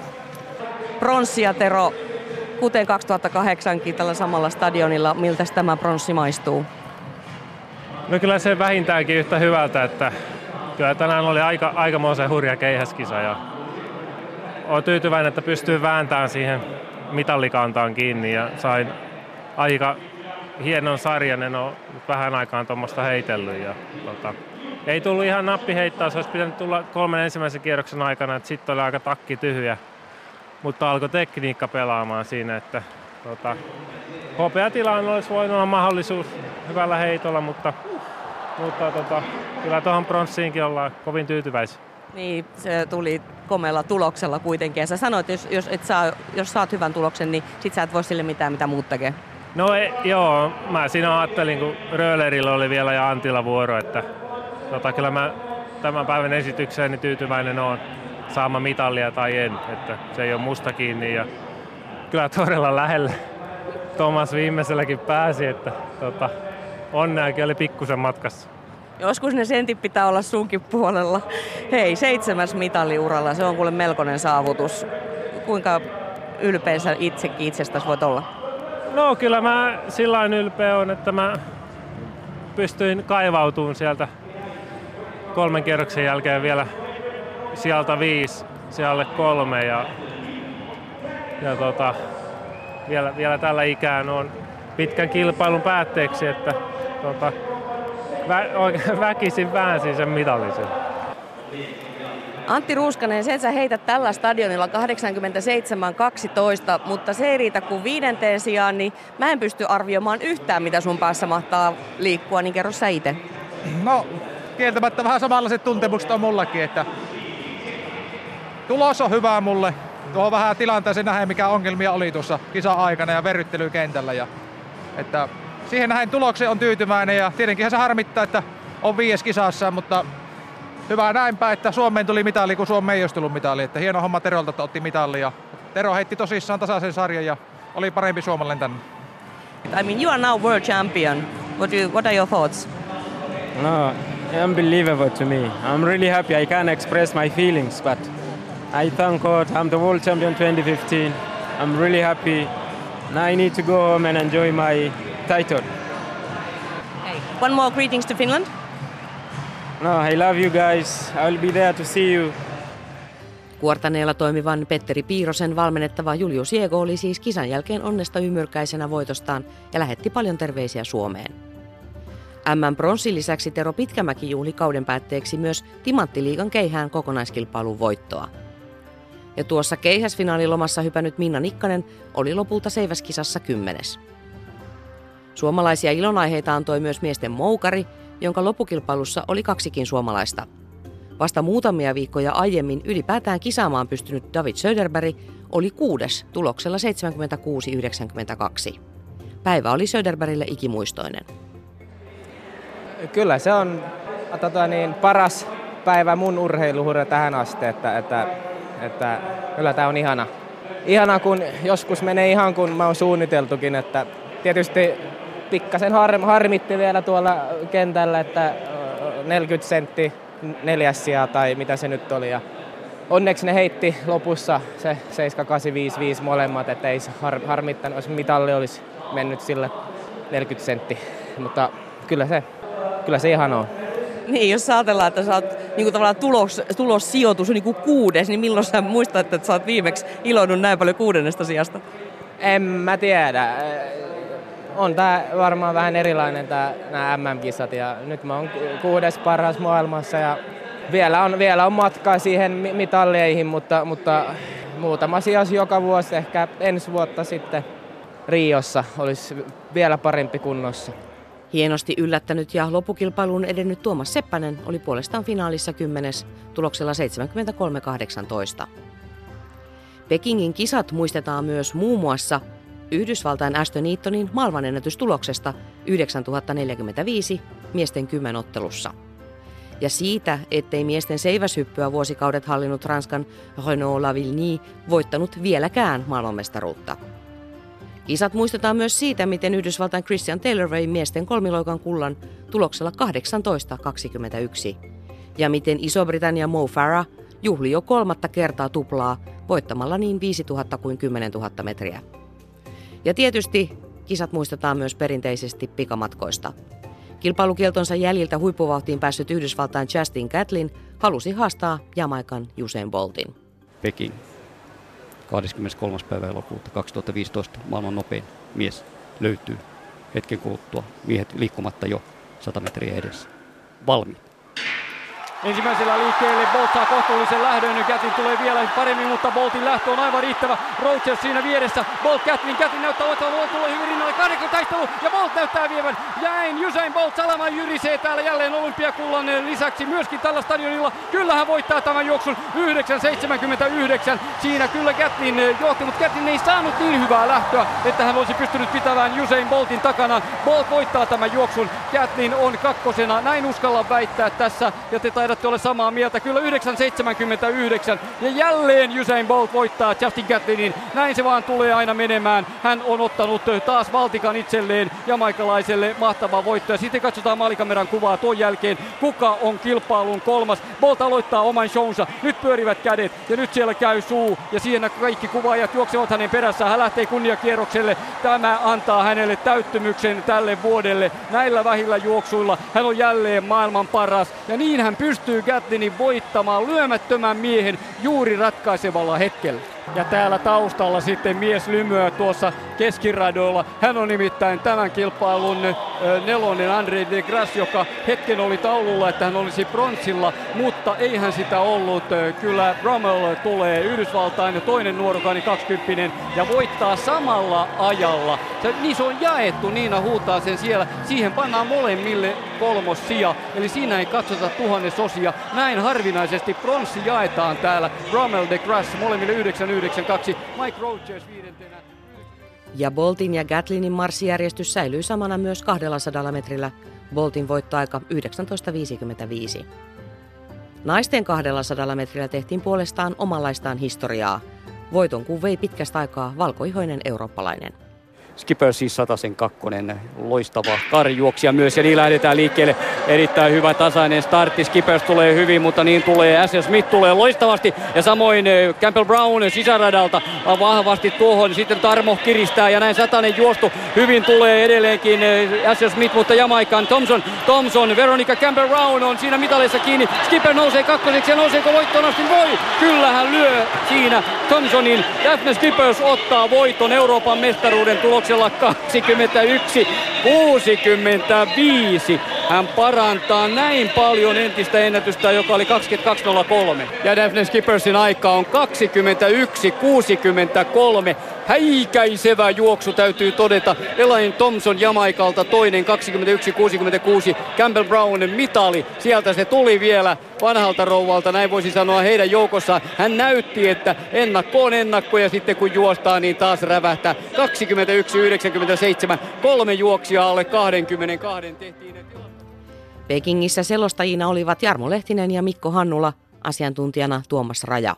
Pronssia, Tero, kuten kaksituhattakahdeksankin tällä samalla stadionilla. Miltä tämä pronssi maistuu? No kyllä se vähintäänkin yhtä hyvältä, että kyllä tänään oli aika, aikamoisen hurja keihäskisa ja olen tyytyväinen, että pystyy vääntämään siihen mitallikantaan kiinni ja sain aika hienon sarjan, en ole vähän aikaan tuommoista heitellyt. Ja, tota, ei tullut ihan nappiheittaa, se olisi pitänyt tulla kolmen ensimmäisen kierroksen aikana, että sitten oli aika takki tyhjä. Mutta alkoi tekniikka pelaamaan siinä, että tota, hopeatilaan olisi voinut olla mahdollisuus hyvällä heitolla, mutta, mutta tota, kyllä tuohon pronssiinkin ollaan kovin tyytyväisiä. Niin, se tuli komealla tuloksella kuitenkin. Ja sä sanoit, että jos, et saa, jos saat hyvän tuloksen, niin sit sä et voi sille mitään, mitä muut tekee. No e, joo, mä siinä ajattelin, kun Röhlerillä oli vielä ja Antilla vuoro, että tota, kyllä mä tämän päivän esitykseeni niin tyytyväinen oon saama mitalia tai en, että se ei ole musta kiinni. Ja kyllä todella lähelle Thomas viimeiselläkin pääsi, että tota, onneakin oli pikkusen matkassa. Joskus ne sentit pitää olla sunkin puolella. Hei, seitsemäs mitali uralla, se on kuule melkoinen saavutus. Kuinka ylpeä sä itsekin itsestäsi voit olla? No kyllä mä sillain ylpeä on, että mä pystyin kaivautumaan sieltä kolmen kierroksen jälkeen vielä sieltä viisi, sijalle kolme ja, ja tota, vielä, vielä tällä ikään on pitkän kilpailun päätteeksi, että tota, Vä, oikein väkisin väänsin sen mitallisen. Antti Ruuskanen, sen sä heität tällä stadionilla kahdeksankymmentäseitsemän kaksitoista, mutta se ei riitä kuin viidenteen sijaan, niin mä en pysty arvioimaan yhtään, mitä sun päässä mahtaa liikkua, niin kerro sä itse. No, kieltämättä vähän samanlaiset tuntemukset on mullakin, että tulos on hyvä mulle. Tuohon vähän tilanteeseen nähdään, mikä ongelmia oli tuossa kisa-aikana ja verryttelykentällä. Ja, että siihen nähden tulokseen on tyytyväinen ja tietenkin se harmittaa, että on viides kisassa, mutta hyvä näinpä, että Suomeen tuli mitali, kun Suomeen ei olisi tullut mitali. Että hieno homma Terolta, että otti mitali. Ja Tero heitti tosissaan tasaisen sarjan ja oli parempi suomalainen tänne. I mean, you are now world champion. What, do you, what are your thoughts? No, unbelievable to me. I'm really happy. I can't express my feelings, but I thank God I'm the world champion twenty fifteen. I'm really happy. Now I need to go home and enjoy my title. Hey. One more greetings to Finland. No, I love you guys. I will be there to see you. Kuortaneella toimivan Petteri Piirosen valmennettava Julius Jego oli siis kisan jälkeen onnesta ymmyrkäisenä voitostaan ja lähetti paljon terveisiä Suomeen. M M-pronssin lisäksi Tero Pitkämäki juhli kauden päätteeksi myös Timanttiliigan keihään kokonaiskilpailun voittoa. Ja tuossa keihäsfinaalilomassa hypännyt Minna Nikkanen oli lopulta seiväskisassa kymmenes. Suomalaisia ilonaiheita antoi myös miesten moukari, jonka loppukilpailussa oli kaksikin suomalaista. Vasta muutamia viikkoja aiemmin ylipäätään kisaamaan pystynyt David Söderberg oli kuudes tuloksella seitsemänkymmentäkuusi yhdeksänkymmentäkaksi. Päivä oli Söderbergille ikimuistoinen. Kyllä se on tota niin, paras päivä mun urheiluhurra tähän asti, että, että, että kyllä tämä on ihana. Ihana, kun joskus menee ihan kun mä oon suunniteltukin, että tietysti pikkasen har, harmitti vielä tuolla kentällä, että neljäkymmentä sentti neljäs sijaa tai mitä se nyt oli. Ja onneksi ne heitti lopussa se seitsemän kahdeksan viisi viisi molemmat, että ei har, harmittanut, jos mitalli olisi mennyt sille neljäkymmentä sentti, mutta kyllä se, kyllä se ihan on. Niin, jos ajatellaan, että sä oot niin tavallaan tulos, tulossijoitus on niin kuudes, niin milloin sä muistat, että sä oot viimeksi iloinut näin paljon kuudennesta sijasta? En mä tiedä. On tää varmaan vähän erilainen tää, nämä M M-kisat ja nyt mä oon kuudes paras maailmassa ja vielä on, vielä on matkaa siihen mitalleihin, mutta, mutta muutama sijaus joka vuosi, ehkä ensi vuotta sitten Riossa olisi vielä parempi kunnossa. Hienosti yllättänyt ja loppukilpailuun edennyt Tuomas Seppänen oli puolestaan finaalissa kymmenes tuloksella seitsemänkymmentäkolme kahdeksantoista. Pekingin kisat muistetaan myös muun muassa Yhdysvaltain Ashton Eatonin maailmanennätystuloksesta yhdeksäntuhatta neljäkymmentäviisi miesten kymmenottelussa. Ja siitä, ettei miesten seiväshyppyä vuosikaudet hallinnut Ranskan Renaud Lavillenie voittanut vieläkään maailmanmestaruutta. Kisat muistetaan myös siitä, miten Yhdysvaltain Christian Taylor vei miesten kolmiloikan kullan tuloksella kahdeksantoista kaksikymmentäyksi. Ja miten Iso-Britannia Mo Farah juhli jo kolmatta kertaa tuplaa voittamalla niin viisituhatta kuin kymmenentuhatta metriä. Ja tietysti kisat muistetaan myös perinteisesti pikamatkoista. Kilpailukieltonsa jäljiltä huippuvauhtiin päässyt Yhdysvaltain Justin Gatlin halusi haastaa Jamaikan Usain Boltin. Peking. kahdeskymmeneskolmas päivä elokuuta kaksituhattaviisitoista maailman nopein mies löytyy hetken kuluttua. Miehet liikkumatta jo sata metriä edessä. Valmiit. Ensimmäisellä liikkeelle Bolt saa kohtuullisen lähdön, Gatlin tulee vielä paremmin, mutta Boltin lähtö on aivan riittävä. Rogers siinä vieressä, Bolt Gatlin, Gatlin näyttää olevan, Bolt tulee hyvin rinnalle, kahdeksan taistelu ja Bolt näyttää vievän. Jäin Usain Bolt salaman jyrisee täällä jälleen olympiakullan lisäksi myöskin tällä stadionilla. Kyllä hän voittaa tämän juoksun yhdeksän seitsemänkymmentäyhdeksän. Siinä kyllä Gatlin johti, mutta Gatlin ei saanut niin hyvää lähtöä, että hän olisi pystynyt pitämään Usain Boltin takana. Bolt voittaa tämän juoksun, Gatlin on kakkosena, näin uskallan väittää tässä ja te taidatte olla samaa mieltä, kyllä yhdeksän seitsemänkymmentäyhdeksän ja jälleen Usain Bolt voittaa Justin Gatlinin, näin se vaan tulee aina menemään, hän on ottanut taas valtikan itselleen jamaikalaiselle, mahtava voitto ja sitten katsotaan maalikameran kuvaa tuon jälkeen, kuka on kilpailun kolmas, Bolt aloittaa oman shownsa, nyt pyörivät kädet ja nyt siellä käy suu ja siinä kaikki kuvaajat juoksevat hänen perässään, hän lähtee kunniakierrokselle, tämä antaa hänelle täyttymyksen tälle vuodelle, näillä vähillä juoksuilla hän on jälleen maailman paras ja niin hän pystyy Gatlinin voittamaan lyömättömän miehen juuri ratkaisevalla hetkellä. Ja täällä taustalla sitten mies lymyä tuossa keskiradoilla. Hän on nimittäin tämän kilpailun ö, nelonen André de Grasse, joka hetken oli taululla, että hän olisi pronssilla, mutta ei hän sitä ollut. Kyllä Brummel tulee Yhdysvaltain toinen nuorukani kaksikymppinen ja voittaa samalla ajalla. Se, niin se on jaettu, Niina huutaa sen siellä. Siihen pannaan molemmille kolmossija, eli siinä ei katsota tuhannesosia. Näin harvinaisesti pronssi jaetaan täällä. Brummel de Grasse molemmille yhdeksän yhdeksän kaksi, Mike Rogers viidentenä. Ja Boltin ja Gatlinin marssijärjestys säilyi samana myös kaksisataa metrillä. Boltin voittoaika yhdeksäntoista viisikymmentäviisi. Naisten kaksisataa metrillä tehtiin puolestaan omanlaistaan historiaa. Voiton kun vei pitkästä aikaa valkoihoinen eurooppalainen. Skipper siis Satasen kakkonen, loistava karjuoksija myös ja niin lähdetään liikkeelle. Erittäin hyvä tasainen startti, Skippers tulee hyvin, mutta niin tulee S L Smith tulee loistavasti ja samoin Campbell Brown sisäradalta vahvasti tuohon. Sitten Tarmo kiristää ja näin Satanen juostu hyvin tulee edelleenkin S L Smith, mutta Jamaikan Thompson, Thompson, Veronica Campbell Brown on siinä mitalissa kiinni. Skipper nousee kakkoseksi ja nouseeko voittoon asti? Voi! Kyllä hän lyö siinä Thompsonin. Daphne Skippers ottaa voiton Euroopan mestaruuden tuloksella kaksikymmentäyksi kuusikymmentäviisi. Hän parantaa näin paljon entistä ennätystä, joka oli kaksikymmentäkaksi nolla kolme. Ja Daphne Skippersin aika on kaksikymmentäyksi kuusikymmentäkolme. Häikäisevä juoksu täytyy todeta. Elaine Thompson Jamaikalta toinen kaksikymmentäyksi kuusikymmentäkuusi. Campbell Brown mitali. Sieltä se tuli vielä vanhalta rouvalta, näin voisi sanoa heidän joukossaan. Hän näytti, että ennakko on ennakko ja sitten kun juostaa, niin taas rävähtää. kaksikymmentäyksi yhdeksänkymmentäseitsemän. Kolme juoksia alle kaksikymmentäkaksi tehtiin. Pekingissä selostajina olivat Jarmo Lehtinen ja Mikko Hannula, asiantuntijana Tuomas Raja.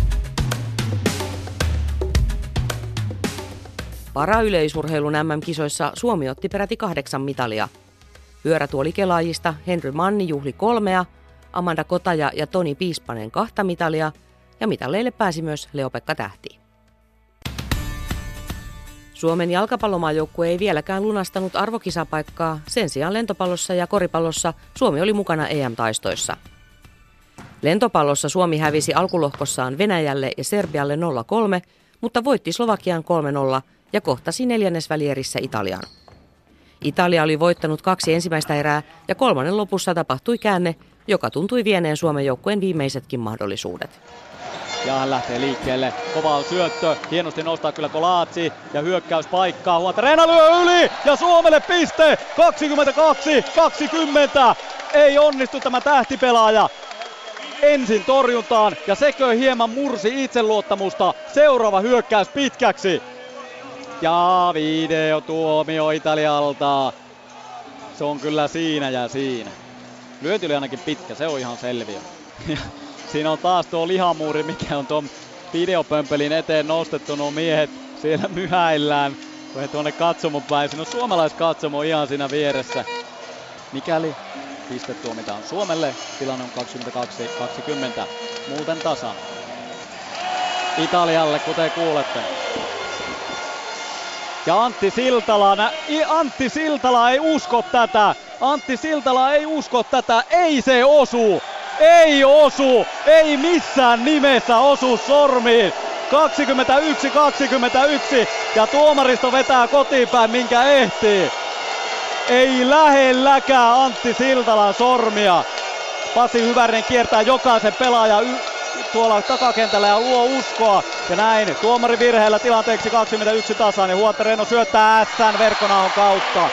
Parayleisurheilun M M-kisoissa Suomi otti peräti kahdeksan mitalia. Pyörätuolikelaajista Henry Manni juhli kolmea, Amanda Kotaja ja Toni Piispanen kahta mitalia ja mitaleille pääsi myös Leo-Pekka Tähti. Suomen jalkapallomaajoukkue ei vieläkään lunastanut arvokisapaikkaa, sen sijaan lentopallossa ja koripallossa Suomi oli mukana E M-taistoissa. Lentopallossa Suomi hävisi alkulohkossaan Venäjälle ja Serbialle nolla kolme, mutta voitti Slovakian kolme nolla ja kohtasi neljännesvälierissä Italian. Italia oli voittanut kaksi ensimmäistä erää ja kolmannen lopussa tapahtui käänne, joka tuntui vieneen Suomen joukkueen viimeisetkin mahdollisuudet. Ja hän lähtee liikkeelle. Kova syöttö. Hienosti nostaa kyllä Kolatsi. Ja hyökkäyspaikkaa. Huomata Reena lyö yli. Ja Suomelle piste. kaksikymmentäkaksi kaksikymmentä. Ei onnistu tämä tähtipelaaja. Ensin torjuntaan. Ja sekö hieman mursi itseluottamusta. Seuraava hyökkäys pitkäksi. Ja videotuomio Italialta. Se on kyllä siinä ja siinä. Lyönti oli ainakin pitkä. Se on ihan selviö. Siinä on taas tuo lihamuuri, mikä on tuon videopömpelin eteen nostettu. Nuo miehet siellä myhäillään, kun he tuonne katsomon päin. Siinä on suomalaiskatsomo ihan siinä vieressä. Mikäli piste tuomitaan Suomelle, tilanne on kaksikymmentäkaksi kaksikymmentä. Muuten tasan. Italialle, kuten kuulette. Ja Antti Siltala, nä- Antti Siltala ei usko tätä. Antti Siltala ei usko tätä. Ei se osu. Ei osu, ei missään nimessä osu sormiin. kaksikymmentäyksi kaksikymmentäyksi ja tuomaristo vetää kotiinpäin minkä ehtii. Ei lähelläkään Antti Siltalan sormia. Pasi Hyvärinen kiertää jokaisen pelaajan y- tuolla takakentällä ja luo uskoa. Ja näin tuomari virheellä tilanteeksi kaksikymmentäyksi tasan ja Huotte Reno syöttää Ässän verkkonahon kautta.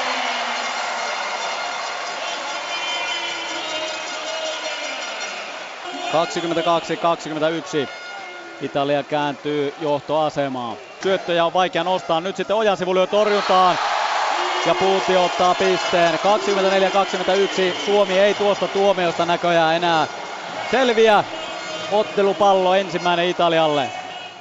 kaksikymmentäkaksi kaksikymmentäyksi. Italia kääntyy johtoasemaan. Syöttöjä on vaikea nostaa. Nyt sitten Ojansivu lyö torjuntaan. Ja Puuti ottaa pisteen. kaksikymmentäneljä kaksikymmentäyksi. Suomi ei tuosta tuomiosta näköjään enää selviä. Ottelupallo ensimmäinen Italialle.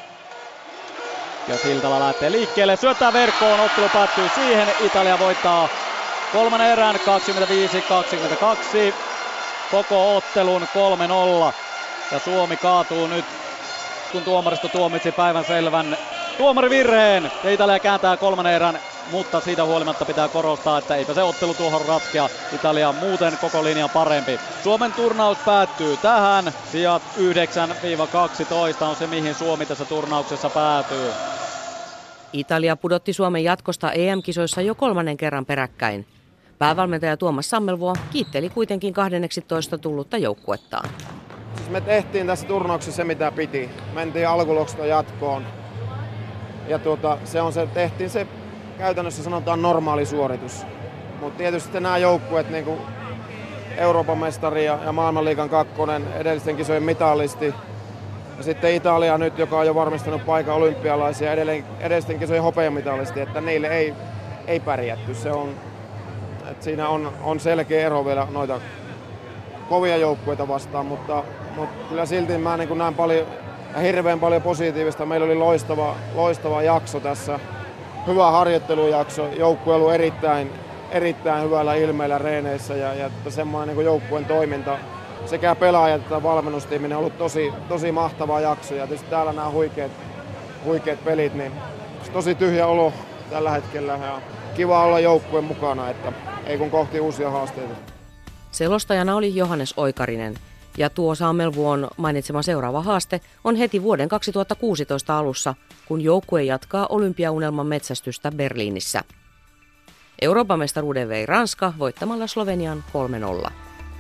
Ja Siltala lähtee liikkeelle. Syöttää verkkoon. Ottelu päättyy siihen. Italia voittaa kolmannen erän kaksikymmentäviisi kaksikymmentäkaksi. Koko ottelun kolme nolla. Ja Suomi kaatuu nyt, kun tuomaristo tuomitsi päivän selvän tuomarivirheen. Ja Italia kääntää kolmannen erän mutta siitä huolimatta pitää korostaa, että eipä se ottelu tuohon ratkea. Italia on muuten koko linjan parempi. Suomen turnaus päättyy tähän. Sijat yhdeksän kaksitoista on se, mihin Suomi tässä turnauksessa päätyy. Italia pudotti Suomen jatkosta E M-kisoissa jo kolmannen kerran peräkkäin. Päävalmentaja Tuomas Sammelvuo kiitteli kuitenkin kahdenneksitoista tullutta joukkuettaan. Siis me tehtiin tässä turnauksessa se, mitä piti. Mentiin alkuloksesta jatkoon. Ja tuota, se on se, tehtiin se käytännössä sanotaan normaali suoritus. Mutta tietysti nämä joukkueet, niin kuin Euroopan mestari ja, ja maailmanliigan kakkonen, edellisten kisojen mitalisti. Ja sitten Italia nyt, joka on jo varmistanut paikan olympialaisia, edelleen, edellisten kisojen hopeamitalisti, että niille ei, ei pärjätty. Se on, että siinä on, on selkeä ero vielä noita kovia joukkueita vastaan, mutta, mutta kyllä silti mä niin näen paljon, hirveän paljon positiivista. Meillä oli loistava, loistava jakso tässä, hyvä harjoittelujakso, joukkue on ollut erittäin, erittäin hyvällä ilmeellä reeneissä ja, ja semmoinen niin joukkueen toiminta sekä pelaajat että valmennustiiminen on ollut tosi, tosi mahtava jakso ja tietysti täällä nämä huikeat, huikeat pelit, niin tosi tyhjä olo tällä hetkellä ja kiva olla joukkueen mukana, että ei kun kohti uusia haasteita. Selostajana oli Johannes Oikarinen ja tuo Sammelvuon mainitsema seuraava haaste on heti vuoden kaksituhattakuusitoista alussa, kun joukkue jatkaa olympiaunelman metsästystä Berliinissä. Euroopan mestaruuden vei Ranska voittamalla Slovenian kolme nolla.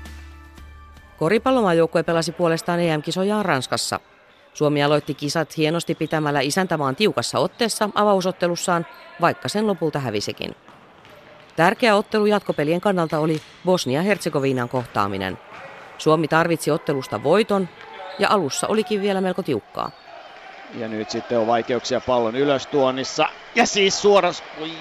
Koripallomaajoukkue pelasi puolestaan E M-kisojaan Ranskassa. Suomi aloitti kisat hienosti pitämällä isäntämaan tiukassa otteessa avausottelussaan, vaikka sen lopulta hävisikin. Tärkeä ottelu jatkopelien kannalta oli Bosnia-Herzegovinan kohtaaminen. Suomi tarvitsi ottelusta voiton ja alussa olikin vielä melko tiukkaa. Ja nyt sitten on vaikeuksia pallon ylöstuonnissa. Ja siis suoras...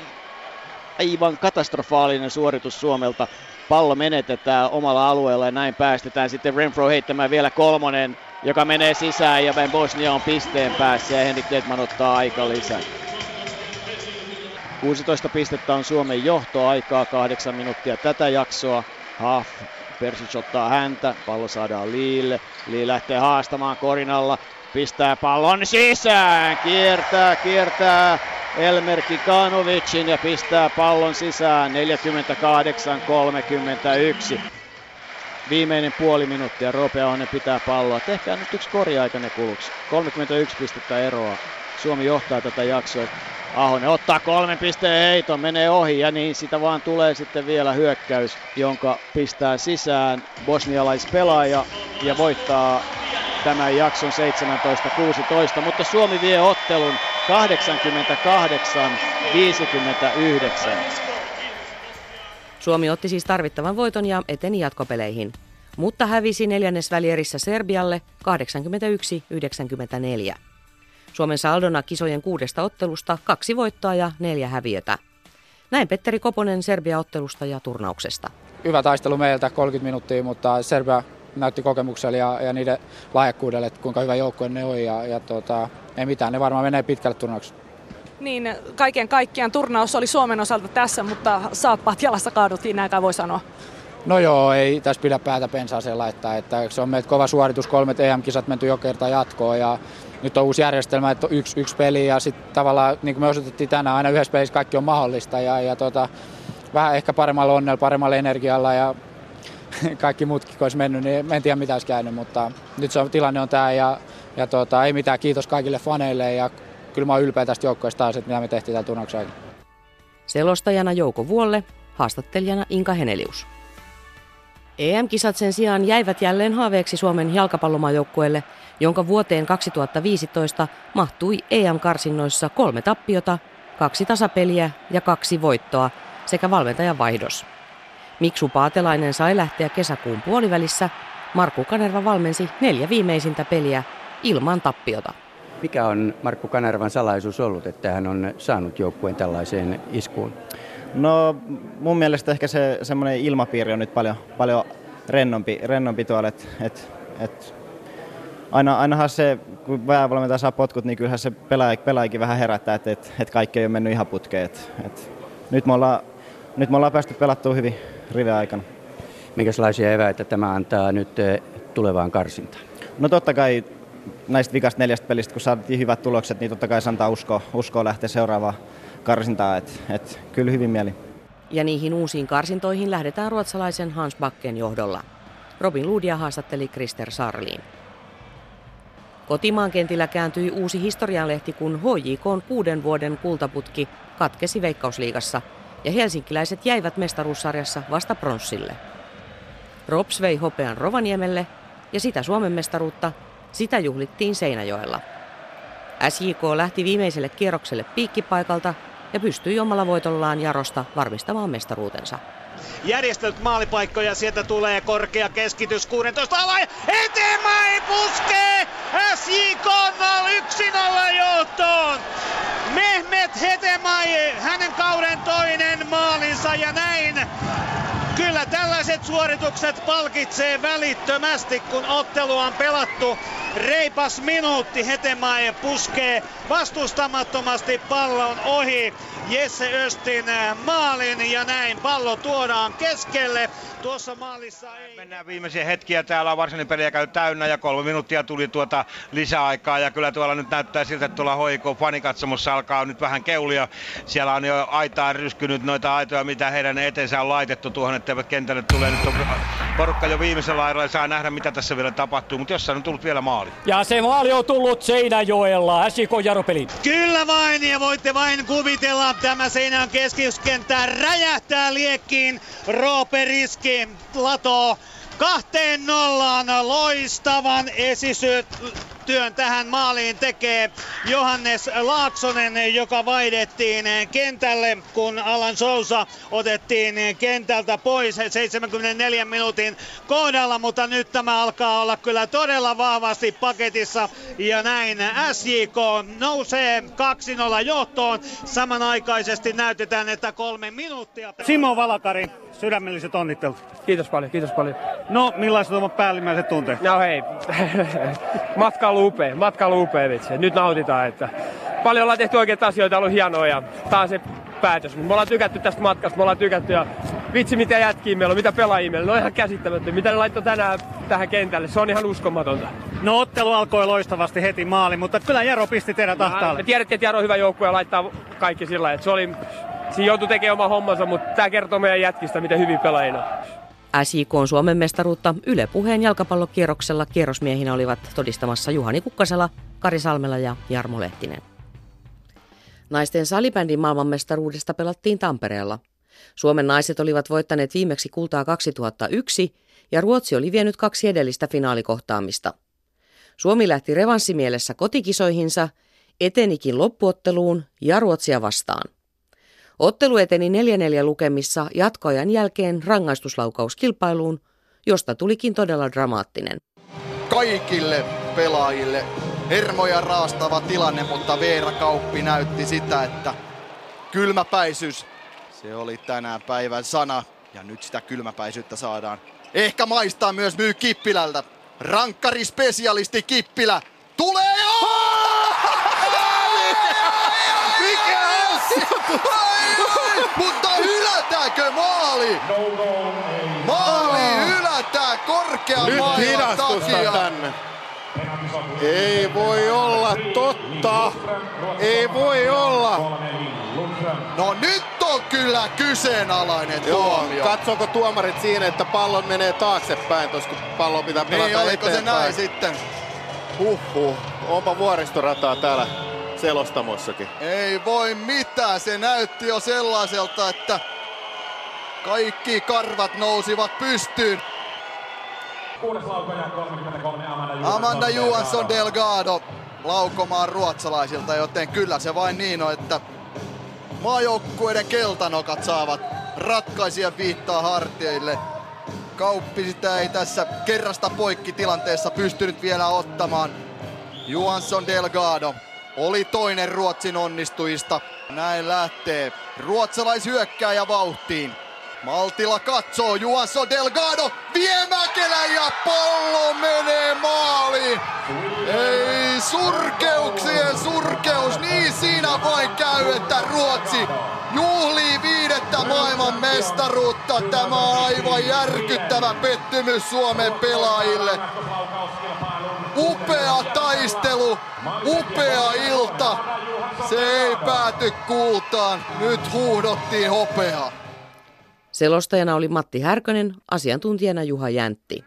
Aivan katastrofaalinen suoritus Suomelta. Pallo menetetään omalla alueella ja näin päästetään sitten Renfro heittämään vielä kolmonen, joka menee sisään ja Bosnia on pisteen päässä ja Henrik Detman ottaa aika lisää. kuusitoista pistettä on Suomen johto, aikaa kahdeksan minuuttia tätä jaksoa. Haaf, Persic ottaa häntä, pallo saadaan Liille. Lee lähtee haastamaan korinalla, pistää pallon sisään, kiertää, kiertää Elmer Kikanovicin ja pistää pallon sisään. Neljäkymmentäkahdeksan kolmekymmentäyksi. Viimeinen puoli minuuttia, Roope Ahonen pitää palloa. Tehkää nyt yksi koriaikainen kuluksi. kolmekymmentäyksi pistettä eroa. Suomi johtaa tätä jaksoa. Ahonen ottaa kolmen pisteen heiton, menee ohi ja niin sitä vaan tulee sitten vielä hyökkäys, jonka pistää sisään bosnialaispelaaja ja voittaa tämän jakson seitsemäntoista kuusitoista, mutta Suomi vie ottelun kahdeksankymmentäkahdeksan viisikymmentäyhdeksän. Suomi otti siis tarvittavan voiton ja eteni jatkopeleihin, mutta hävisi neljännesvälierissä Serbialle kahdeksankymmentäyksi yhdeksänkymmentäneljä. Suomen saldona kisojen kuudesta ottelusta kaksi voittoa ja neljä häviötä. Näin Petteri Koponen Serbia-ottelusta ja turnauksesta. Hyvä taistelu meiltä kolmekymmentä minuuttia, mutta Serbia näytti kokemuksella ja, ja niiden lahjakkuudelle, että kuinka hyvä joukkue ne on. Ja, ja tuota, ei mitään, ne varmaan menee pitkälle turnauksessa. Niin, kaiken kaikkiaan turnaus oli Suomen osalta tässä, mutta saappaat jalassa kaaduttiin, näin kai voi sanoa. No joo, ei tässä pidä päätä pensaaseen laittaa, että se on meiltä kova suoritus, kolmet E M-kisat menty jo kerta jatkoon ja nyt on uusi järjestelmä, että on yksi, yksi peli ja sitten tavallaan, niin kuin me osoitettiin tänään, aina yhdessä pelissä kaikki on mahdollista ja, ja tota, vähän ehkä paremmalla onnella, paremmalla energialla ja kaikki muutkin kun olisi mennyt, niin en tiedä mitä olisi käynyt, mutta nyt se on, tilanne on tämä ja, ja tota, ei mitään, kiitos kaikille faneille ja kyllä mä oon ylpeä tästä joukkoista taas, että mitä me tehtiin tällä turnauksen aikana. Selostajana Jouko Vuolle, haastattelijana Inka Henelius. E M-kisat sen sijaan jäivät jälleen haaveeksi Suomen jalkapallomaajoukkueelle, jonka vuoteen kaksituhattaviisitoista mahtui E M-karsinnoissa kolme tappiota, kaksi tasapeliä ja kaksi voittoa sekä valmentajan vaihdos. Miksu Paatelainen sai lähteä kesäkuun puolivälissä. Markku Kanerva valmensi neljä viimeisintä peliä ilman tappiota. Mikä on Markku Kanervan salaisuus ollut, että hän on saanut joukkueen tällaiseen iskuun? No mun mielestä ehkä se semmoinen ilmapiiri on nyt paljon, paljon rennompi, rennompi tuolla, että et, et, aina, ainahan se, kun päävalmentaja saa potkut, niin kyllähän se pelaaja, pelaajakin vähän herättää, että et, et kaikki ei ole mennyt ihan putkeen. Et, et, nyt, me ollaan, nyt me ollaan päästy pelattua hyvin rivien aikana. Minkälaisia eväitä tämä antaa nyt tulevaan karsintaan? No totta kai näistä vikasta neljästä pelistä, kun saatiin hyvät tulokset, niin totta kai se antaa uskoa, uskoa lähteä seuraavaan karsintaa, että et, kyllä hyvin mieli. Ja niihin uusiin karsintoihin lähdetään ruotsalaisen Hans Backen johdolla. Robin Ludia haastatteli Krister Sarliin. Kotimaan kentillä kääntyi uusi historianlehti, kun H J K:n kuuden vuoden kultaputki katkesi Veikkausliigassa ja helsinkiläiset jäivät mestaruussarjassa vasta pronssille. Rops vei hopean Rovaniemelle ja sitä Suomen mestaruutta, sitä juhlittiin Seinäjoella. S J K lähti viimeiselle kierrokselle piikkipaikalta ja pystyi omalla voitollaan Jarosta varmistamaan mestaruutensa. Järjestelty maalipaikkoja, sieltä tulee korkea keskitys kuusitoista ala ja Hetemäki puskee S J K yksi nolla johtoon. Mehmet Hetemäki, hänen kauden toinen maalinsa ja näin. Kyllä tällaiset suoritukset palkitsee välittömästi, kun ottelu on pelattu. Reipas minuutti, Hetemäki puskee vastustamattomasti pallon ohi Jesse Östin maalin ja näin pallo tuodaan keskelle. Tuossa maalissa ei... Mennään viimeisiä hetkiä, täällä on varsinainen peliä käy täynnä ja kolme minuuttia tuli tuota lisäaikaa ja kyllä tuolla nyt näyttää siltä, että tuolla H J K-fanikatsomossa alkaa nyt vähän keulia. Siellä on jo aitaan ryskynyt noita aitoja, mitä heidän eteensä on laitettu tuohon, että kentälle tulee nyt porukka jo viimeisellä lailla ja saa nähdä mitä tässä vielä tapahtuu, mutta jossain on tullut vielä maali. Ja se maali on tullut Seinäjoella, S J K Jaropeli. Kyllä vain, ja voitte vain kuvitella, tämä Seinäjoen keskiskenttä räjähtää liekkiin. Roope Riski latoo kahteen nollaan loistavan esisyt. Työn tähän maaliin tekee Johannes Laaksonen, joka vaihdettiin kentälle, kun Alan Sousa otettiin kentältä pois seitsemänkymmentäneljän minuutin kohdalla, mutta nyt tämä alkaa olla kyllä todella vahvasti paketissa ja näin S J K nousee kaksi nolla johtoon. Samanaikaisesti näytetään, että kolme minuuttia. Simo Valakari, sydämelliset onnittelut. Kiitos paljon, kiitos paljon. No, millaiset ovat päällimmäiset tunteet? No hei, matka on upea, matka on upea vitsi. Nyt nautitaan, että paljon ollaan tehty oikeita asioita, ollut hienoa ja taas se päätös. Me ollaan tykätty tästä matkasta, me ollaan tykätty ja vitsi mitä jätkiä meillä on, mitä pelaajia meillä on, ne on ihan käsittämättä. Mitä ne laittoi tänään tähän kentälle, se on ihan uskomatonta. No ottelu alkoi loistavasti heti maali, mutta kyllä Jaro pisti teidät ahtaalle. Me tiedettiin, että Jaro on hyvä joukkue ja laittaa kaikki sillä lailla, se oli, siinä joutui tekemään oma hommansa, mutta tämä kertoo meidän jätkistä, miten hyvin pelaajina. S J K:n Suomen mestaruutta Yle Puheen jalkapallokierroksella kierrosmiehinä olivat todistamassa Juhani Kukkasela, Kari Salmela ja Jarmo Lehtinen. Naisten salibändin maailmanmestaruudesta pelattiin Tampereella. Suomen naiset olivat voittaneet viimeksi kultaa kaksituhattayksi ja Ruotsi oli vienyt kaksi edellistä finaalikohtaamista. Suomi lähti revanssimielessä kotikisoihinsa, etenikin loppuotteluun ja Ruotsia vastaan. Ottelu eteni neljä neljä lukemissa jatkoajan jälkeen rangaistuslaukauskilpailuun, josta tulikin todella dramaattinen. Kaikille pelaajille hermoja raastava tilanne, mutta Veera Kauppi näytti sitä, että kylmäpäisyys, se oli tänään päivän sana ja nyt sitä kylmäpäisyyttä saadaan ehkä maistaa myös Myy Kippilältä. Rankkarispesialisti Kippilä tulee jo! Mikä mutta hylätäänkö maali? Maali hylätään korkean mailan takia. Tänne. Ei voi olla totta. Ei voi olla. No nyt on kyllä kyseenalainen tuomio. Katsooko tuomarit siinä, että pallon menee taaksepäin, koska pallo pitää pelata niin, oliko eteenpäin. Se näin sitten? Huhhuh. Onpa vuoristorataa täällä selostamossakin. Ei voi mitään, se näytti jo sellaiselta, että kaikki karvat nousivat pystyyn. Amanda Johansson Delgado laukomaan ruotsalaisilta, joten kyllä se vain niin on, että maajoukkueiden keltanokat saavat ratkaisijan viittaa hartioille. Kauppi sitä ei tässä kerrasta poikki tilanteessa pystynyt vielä ottamaan. Johansson Delgado oli toinen Ruotsin onnistujista. Näin lähtee ruotsalaishyökkääjä vauhtiin. Maltilla katsoo Johansson Delgado, vie Mäkelän ja pallo menee maaliin. Ei surkeuksien surkeus, niin siinä vain käy, että Ruotsi juhlii viidettä maailman mestaruutta. Tämä on aivan järkyttävä pettymys Suomen pelaajille. Upea taistelu, upea ilta. Se ei pääty kultaan. Nyt huuhdottiin hopeaa. Selostajana oli Matti Härkönen, asiantuntijana Juha Jäntti.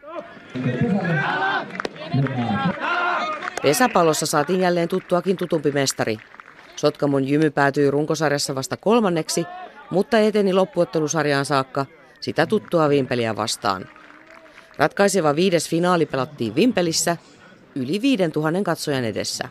Pesäpallossa saatiin jälleen tuttuakin tutumpi mestari. Sotkamon Jymy päätyi runkosarjassa vasta kolmanneksi, mutta eteni loppuottelusarjaan saakka sitä tuttua Vimpeliä vastaan. Ratkaiseva viides finaali pelattiin Vimpelissä yli viidentuhannen katsojan edessä.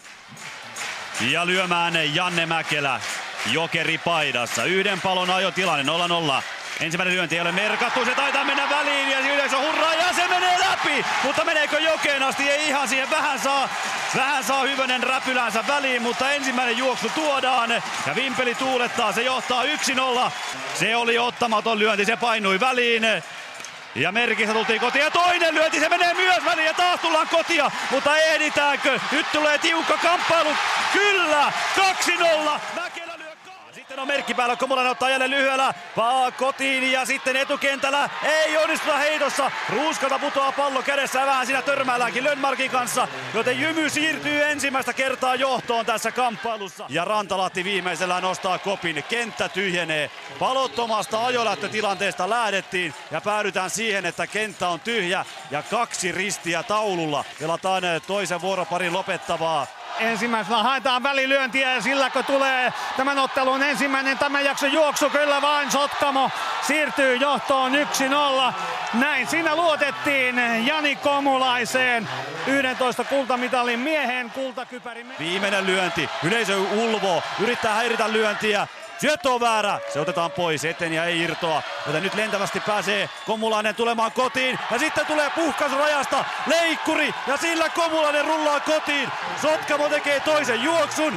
Ja lyömään Janne Mäkelä Jokeri paidassa. Yhden palon ajotilanne nolla nolla. Ensimmäinen lyönti ei ole merkattu, se taitaa mennä väliin ja yleisö hurraa ja se menee läpi. Mutta meneekö Jokeen asti? Ei ihan siihen, vähän saa, vähän saa Hyvönen räpylänsä väliin, mutta ensimmäinen juoksu tuodaan ja Vimpeli tuulettaa, se johtaa yksi nolla. Se oli ottamaton lyönti, se painui väliin. Ja merkistä tultiin kotiin ja toinen lyönti, se menee myös väliin ja taas tullaan kotia, mutta ehditäänkö? Nyt tulee tiukka kamppailu, kyllä, kaksi nolla. Mäkelä lyö ka- Sitten on merkki päällä, Komulainen ottaa jälleen lyhyellä kotiin ja sitten etukentällä ei onnistuta heitossa. Ruuskalta putoaa pallo kädessä ja vähän siinä törmäilläänkin Lönnmarkin kanssa, joten Jymy siirtyy ensimmäistä kertaa johtoon tässä kamppailussa. Ja Rantalahti viimeisellä nostaa kopin, kenttä tyhjenee. Palottomasta ajolähtötilanteesta lähdettiin ja päädytään siihen, että kenttä on tyhjä ja kaksi ristiä taululla. Pelataan toisen vuoroparin lopettavaa. Ensimmäisenä haetaan välilyöntiä ja silläkö tulee tämän ottelun ensimmäinen tämän jakson juoksu. Kyllä vain Sotkamo siirtyy johtoon yksi nolla. Näin siinä luotettiin Jani Komulaiseen. yksitoista kultamitalin mieheen kultakypäri. Viimeinen lyönti. Yleisö ulvoo. Yrittää häiritä lyöntiä. Syöttö on väärä. Se otetaan pois eteen ja ei irtoa. Joten nyt lentävästi pääsee Komulainen tulemaan kotiin. Ja sitten tulee puhkas rajasta. Leikkuri. Ja sillä Komulainen rullaa kotiin. Sotkamo tekee toisen juoksun.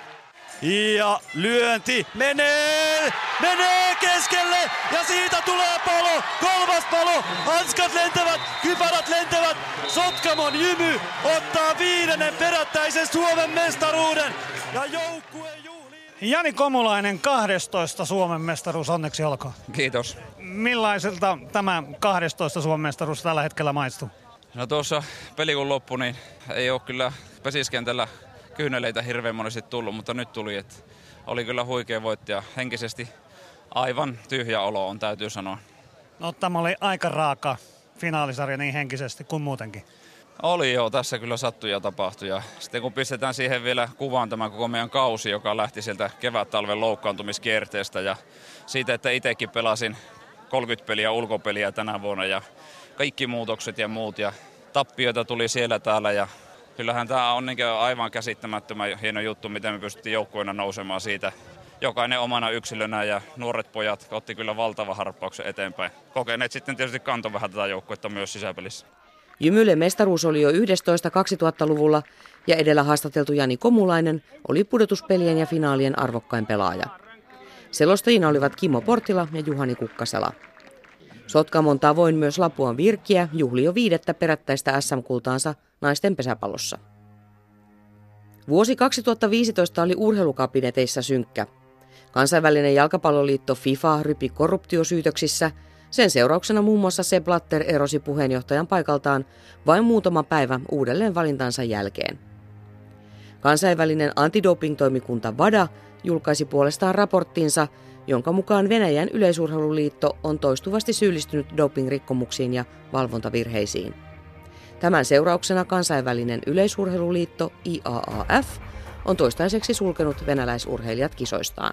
Ja lyönti menee, menee keskelle ja siitä tulee palo, kolmas palo, hanskat lentävät, kypärät lentävät, Sotkamon Jymy ottaa viidennen perättäisen Suomen mestaruuden ja joukkue juhlii. Jani Komulainen, kahdestoista Suomen mestaruus, onneksi olkoon. Kiitos. Millaiselta tämä kahdestoista Suomen mestaruus tällä hetkellä maistuu? No tuossa peli kun loppui, niin ei ole kyllä pesiskentällä kyyneleitä hirveän monesti tullut, mutta nyt tuli, että oli kyllä huikea voitti ja henkisesti aivan tyhjä olo on, täytyy sanoa. No tämä oli aika raaka finaalisarja niin henkisesti kuin muutenkin. Oli joo, tässä kyllä sattui ja tapahtui. Ja sitten kun pistetään siihen vielä kuvaan tämä koko meidän kausi, joka lähti sieltä kevät-talven loukkaantumiskierteestä ja siitä, että itsekin pelasin kolmekymmentä peliä ulkopeliä tänä vuonna ja kaikki muutokset ja muut ja tappioita tuli siellä täällä ja kyllähän tämä on niin aivan käsittämättömän hieno juttu, miten me pystyttiin joukkueena nousemaan siitä. Jokainen omana yksilönä ja nuoret pojat otti kyllä valtavan harppauksen eteenpäin. Kokeneet sitten tietysti kantoi vähän tätä joukkuetta myös sisäpelissä. Jymylle mestaruus oli jo yhdestoista kaksituhattaluvulla ja edellä haastateltu Jani Komulainen oli pudotuspelien ja finaalien arvokkain pelaaja. Selostajina olivat Kimmo Portila ja Juhani Kukkasela. Sotkamon tavoin myös Lapuan Virkkiä juhli jo viidettä perättäistä S M-kultaansa naisten pesäpallossa. Vuosi kaksituhattaviisitoista oli urheilukabineteissa synkkä. Kansainvälinen jalkapalloliitto FIFA rypi korruptiosyytöksissä. Sen seurauksena muun muassa Sepp Blatter erosi puheenjohtajan paikaltaan vain muutama päivä uudelleen valintansa jälkeen. Kansainvälinen antidoping-toimikunta WADA julkaisi puolestaan raporttinsa, jonka mukaan Venäjän yleisurheiluliitto on toistuvasti syyllistynyt dopingrikkomuksiin ja valvontavirheisiin. Tämän seurauksena kansainvälinen yleisurheiluliitto I A A F on toistaiseksi sulkenut venäläisurheilijat kisoistaan.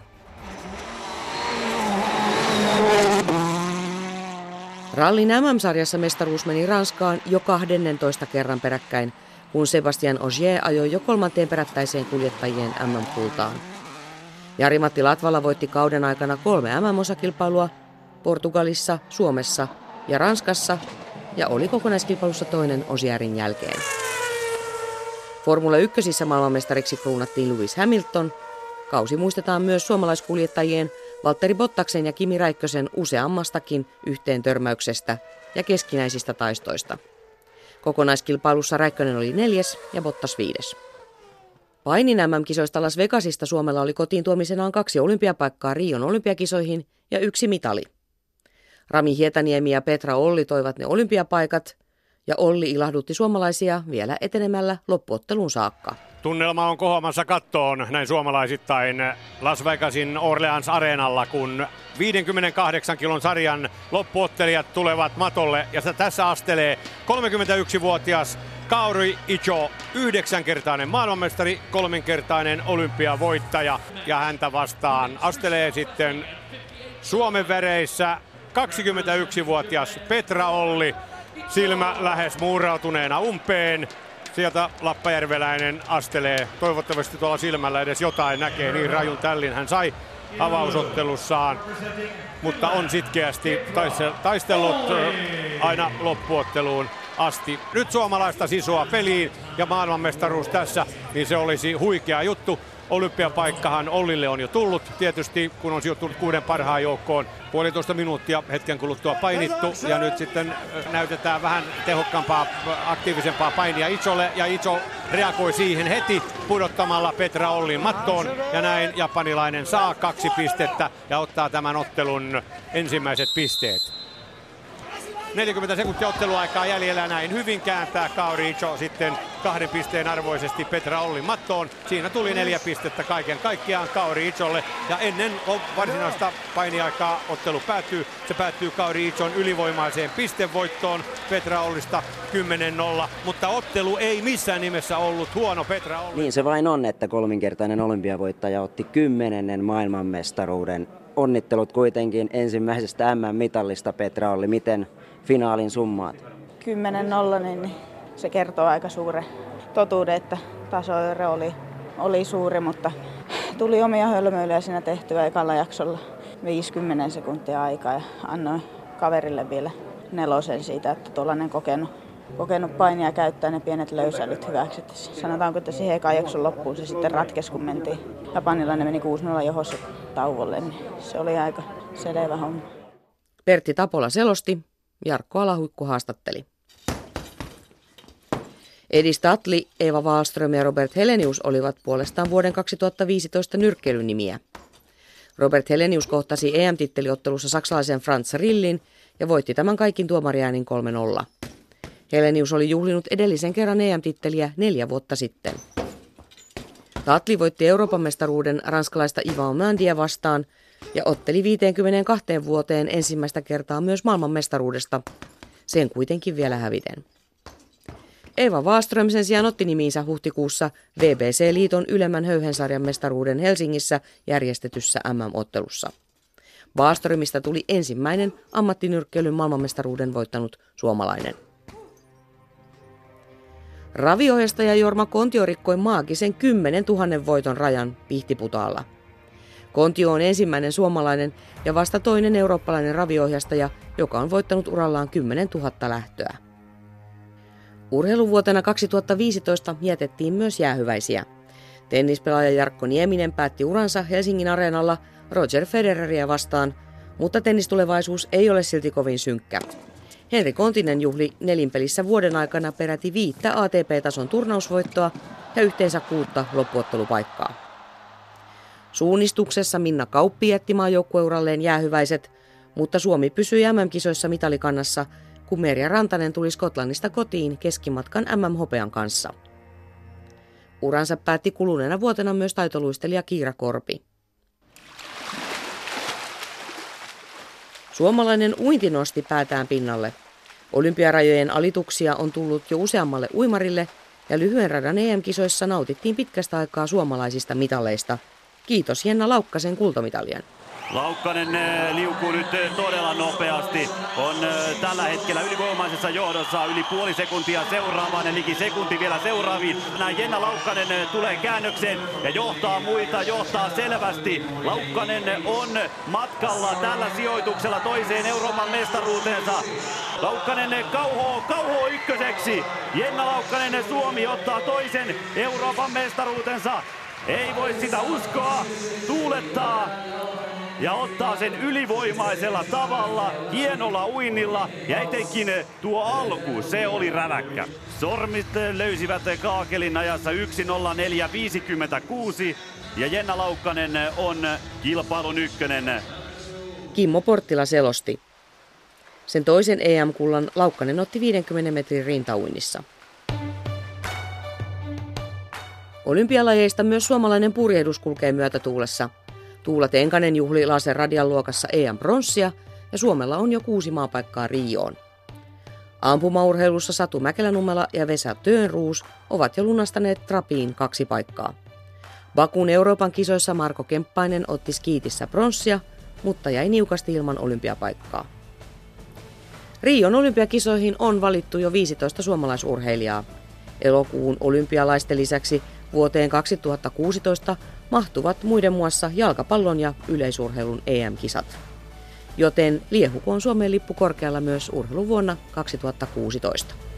Rallin M M-sarjassa mestaruus meni Ranskaan jo kahdennentoista kerran peräkkäin, kun Sebastian Ogier ajoi jo kolmanteen perättäiseen kuljettajien M M-kultaan. Jari-Matti Latvala voitti kauden aikana kolme M M-osakilpailua Portugalissa, Suomessa ja Ranskassa ja oli kokonaiskilpailussa toinen Ogierin jälkeen. Formula ykkösissä maailmanmestariksi kruunattiin Lewis Hamilton. Kausi muistetaan myös suomalaiskuljettajien Valtteri Bottaksen ja Kimi Räikkösen useammastakin yhteen törmäyksestä ja keskinäisistä taistoista. Kokonaiskilpailussa Räikkönen oli neljäs ja Bottas viides. Painin M M-kisoista Las Vegasista Suomella oli kotiin tuomisenaan kaksi olympiapaikkaa Rion olympiakisoihin ja yksi mitali. Rami Hietaniemi ja Petra Olli toivat ne olympiapaikat ja Olli ilahdutti suomalaisia vielä etenemällä loppuotteluun saakka. Tunnelma on kohoamassa kattoon näin suomalaisittain Las Vegasin Orleans Areenalla, kun viidenkymmenenkahdeksan kilon sarjan loppuottelijat tulevat matolle ja tässä astelee kolmekymmentäyksivuotias Kaori Icho, yhdeksänkertainen maailmanmestari, kolminkertainen olympiavoittaja, ja häntä vastaan astelee sitten Suomen väreissä kaksikymmentäyksivuotias Petra Olli, silmä lähes muurautuneena umpeen. Sieltä lappajärveläinen astelee, toivottavasti tuolla silmällä edes jotain näkee, niin rajun tällin hän sai avausottelussaan, mutta on sitkeästi taistellut aina loppuotteluun asti. Nyt suomalaista sisua peliin ja maailmanmestaruus tässä, niin se olisi huikea juttu. Olympiapaikkahan Ollille on jo tullut, tietysti kun on sijoittunut kuuden parhaan joukkoon. Puolitoista minuuttia hetken kuluttua painittu ja nyt sitten näytetään vähän tehokkaampaa, aktiivisempaa painia Icholle ja Icho reagoi siihen heti pudottamalla Petra Ollin mattoon ja näin japanilainen saa kaksi pistettä ja ottaa tämän ottelun ensimmäiset pisteet. neljäkymmentä sekuntia otteluaikaa jäljellä, näin hyvin kääntää Kaori Icho sitten kahden pisteen arvoisesti Petra Ollin mattoon. Siinä tuli neljä pistettä kaiken kaikkiaan Kaori Icholle ja ennen varsinaista painiaikaa ottelu päättyy. Se päättyy Kaori Ichon ylivoimaiseen pistevoittoon Petra Ollista kymmenen nolla, mutta ottelu ei missään nimessä ollut huono Petra Olli. Niin se vain on, että kolminkertainen olympiavoittaja otti kymmenennen maailmanmestaruuden. Onnittelut kuitenkin ensimmäisestä M M-mitallista, Petra Olli. Miten finaalin summaat? kymmenen nolla, niin se kertoo aika suuren totuuden, että tasoero oli, oli suuri, mutta tuli omia hölmöilyjä siinä tehtyä ekalla jaksolla viisikymmentä sekuntia aikaa ja annoin kaverille vielä nelosen siitä, että tuollainen kokenut, kokenut painia käyttää ne pienet löysäilyt hyväksi. Sanotaanko, että siihen ekan jakson loppuun se sitten ratkesi, kun mentiin. Japanilainen meni kuusi nolla johossa tauolle, niin se oli aika selvä homma. Pertti Tapola selosti, Jarkko Alahuikko haastatteli. Edi Statli, Eeva Wahlström ja Robert Helenius olivat puolestaan vuoden kaksituhattaviisitoista nyrkkeilynimiä. Robert Helenius kohtasi E M-titteliottelussa saksalaisen Franz Rillin ja voitti tämän kaikin tuomariäänin kolme nolla. Helenius oli juhlinut edellisen kerran E M-titteliä neljä vuotta sitten. Statli voitti Euroopan mestaruuden ranskalaista Yvan Mandia vastaan ja otteli viiteenkymmeneenkahteen vuoteen ensimmäistä kertaa myös maailmanmestaruudesta, sen kuitenkin vielä häviten. Eeva Wahlström sen sijaan otti nimiinsä huhtikuussa V B C-liiton ylemmän höyhensarjan mestaruuden Helsingissä järjestetyssä M M-ottelussa. Wahlströmistä tuli ensimmäinen ammattinyrkkeilyn maailmanmestaruuden voittanut suomalainen. Raviohjastaja Jorma Kontio rikkoi maagisen kymmenentuhannen voiton rajan Pihtiputaalla. Kontio on ensimmäinen suomalainen ja vasta toinen eurooppalainen raviohjastaja, joka on voittanut urallaan kymmenentuhatta lähtöä. Urheiluvuotena kaksituhattaviisitoista jätettiin myös jäähyväisiä. Tennispelaaja Jarkko Nieminen päätti uransa Helsingin areenalla Roger Federeriä vastaan, mutta tennistulevaisuus ei ole silti kovin synkkä. Henri Kontinen juhli nelinpelissä vuoden aikana peräti viittä A T P-tason turnausvoittoa ja yhteensä kuutta loppuottelupaikkaa. Suunnistuksessa Minna Kauppi jätti maajoukkueuralleen jäähyväiset, mutta Suomi pysyi M M-kisoissa mitalikannassa, kun Merja Rantanen tuli Skotlannista kotiin keskimatkan M M-hopean kanssa. Uransa päätti kuluneena vuotena myös taitoluistelija Kiira Korpi. Suomalainen uinti nosti päätään pinnalle. Olympiarajojen alituksia on tullut jo useammalle uimarille ja lyhyen radan E M-kisoissa nautittiin pitkästä aikaa suomalaisista mitaleista. Kiitos Jenna Laukkasen kultamitalien. Laukkanen liukuu nyt todella nopeasti. On tällä hetkellä ylivoimaisessa johdossa yli puoli sekuntia seuraavaan ja liki sekunti vielä seuraaviin. Näin Jenna Laukkanen tulee käännökseen ja johtaa muita, johtaa selvästi. Laukkanen on matkalla tällä sijoituksella toiseen Euroopan mestaruuteensa. Laukkanen kauhoo, kauhoo ykköseksi. Jenna Laukkanen, Suomi ottaa toisen Euroopan mestaruutensa. Ei voi sitä uskoa, tuulettaa ja ottaa sen ylivoimaisella tavalla, hienolla uinnilla ja etenkin tuo alku, se oli räväkkä. Sormit löysivät kaakelin ajassa yksi nolla neljä viisikymmentäkuusi ja Jenna Laukkanen on kilpailun ykkönen. Kimmo Porttila selosti. Sen toisen E M-kullan Laukkanen otti viidenkymmenen metrin rintauinnissa. Olympialajeista myös suomalainen purjehdus kulkee myötätuulessa. Tuula Tenkanen juhli laserradian luokassa E M-pronssia ja Suomella on jo kuusi maapaikkaa Rioon. Ampumaurheilussa Satu Mäkelä-Nummela ja Vesa Töönruus ovat jo lunastaneet trapiin kaksi paikkaa. Bakun Euroopan kisoissa Marko Kemppainen otti skiitissä pronssia, mutta jäi niukasti ilman olympiapaikkaa. Rion olympiakisoihin on valittu jo viisitoista suomalaisurheilijaa. Elokuun olympialaisten lisäksi vuoteen kaksituhattakuusitoista mahtuvat muiden muassa jalkapallon ja yleisurheilun E M-kisat. Joten liehukoon Suomen lippu korkealla myös urheiluvuonna kaksituhattakuusitoista.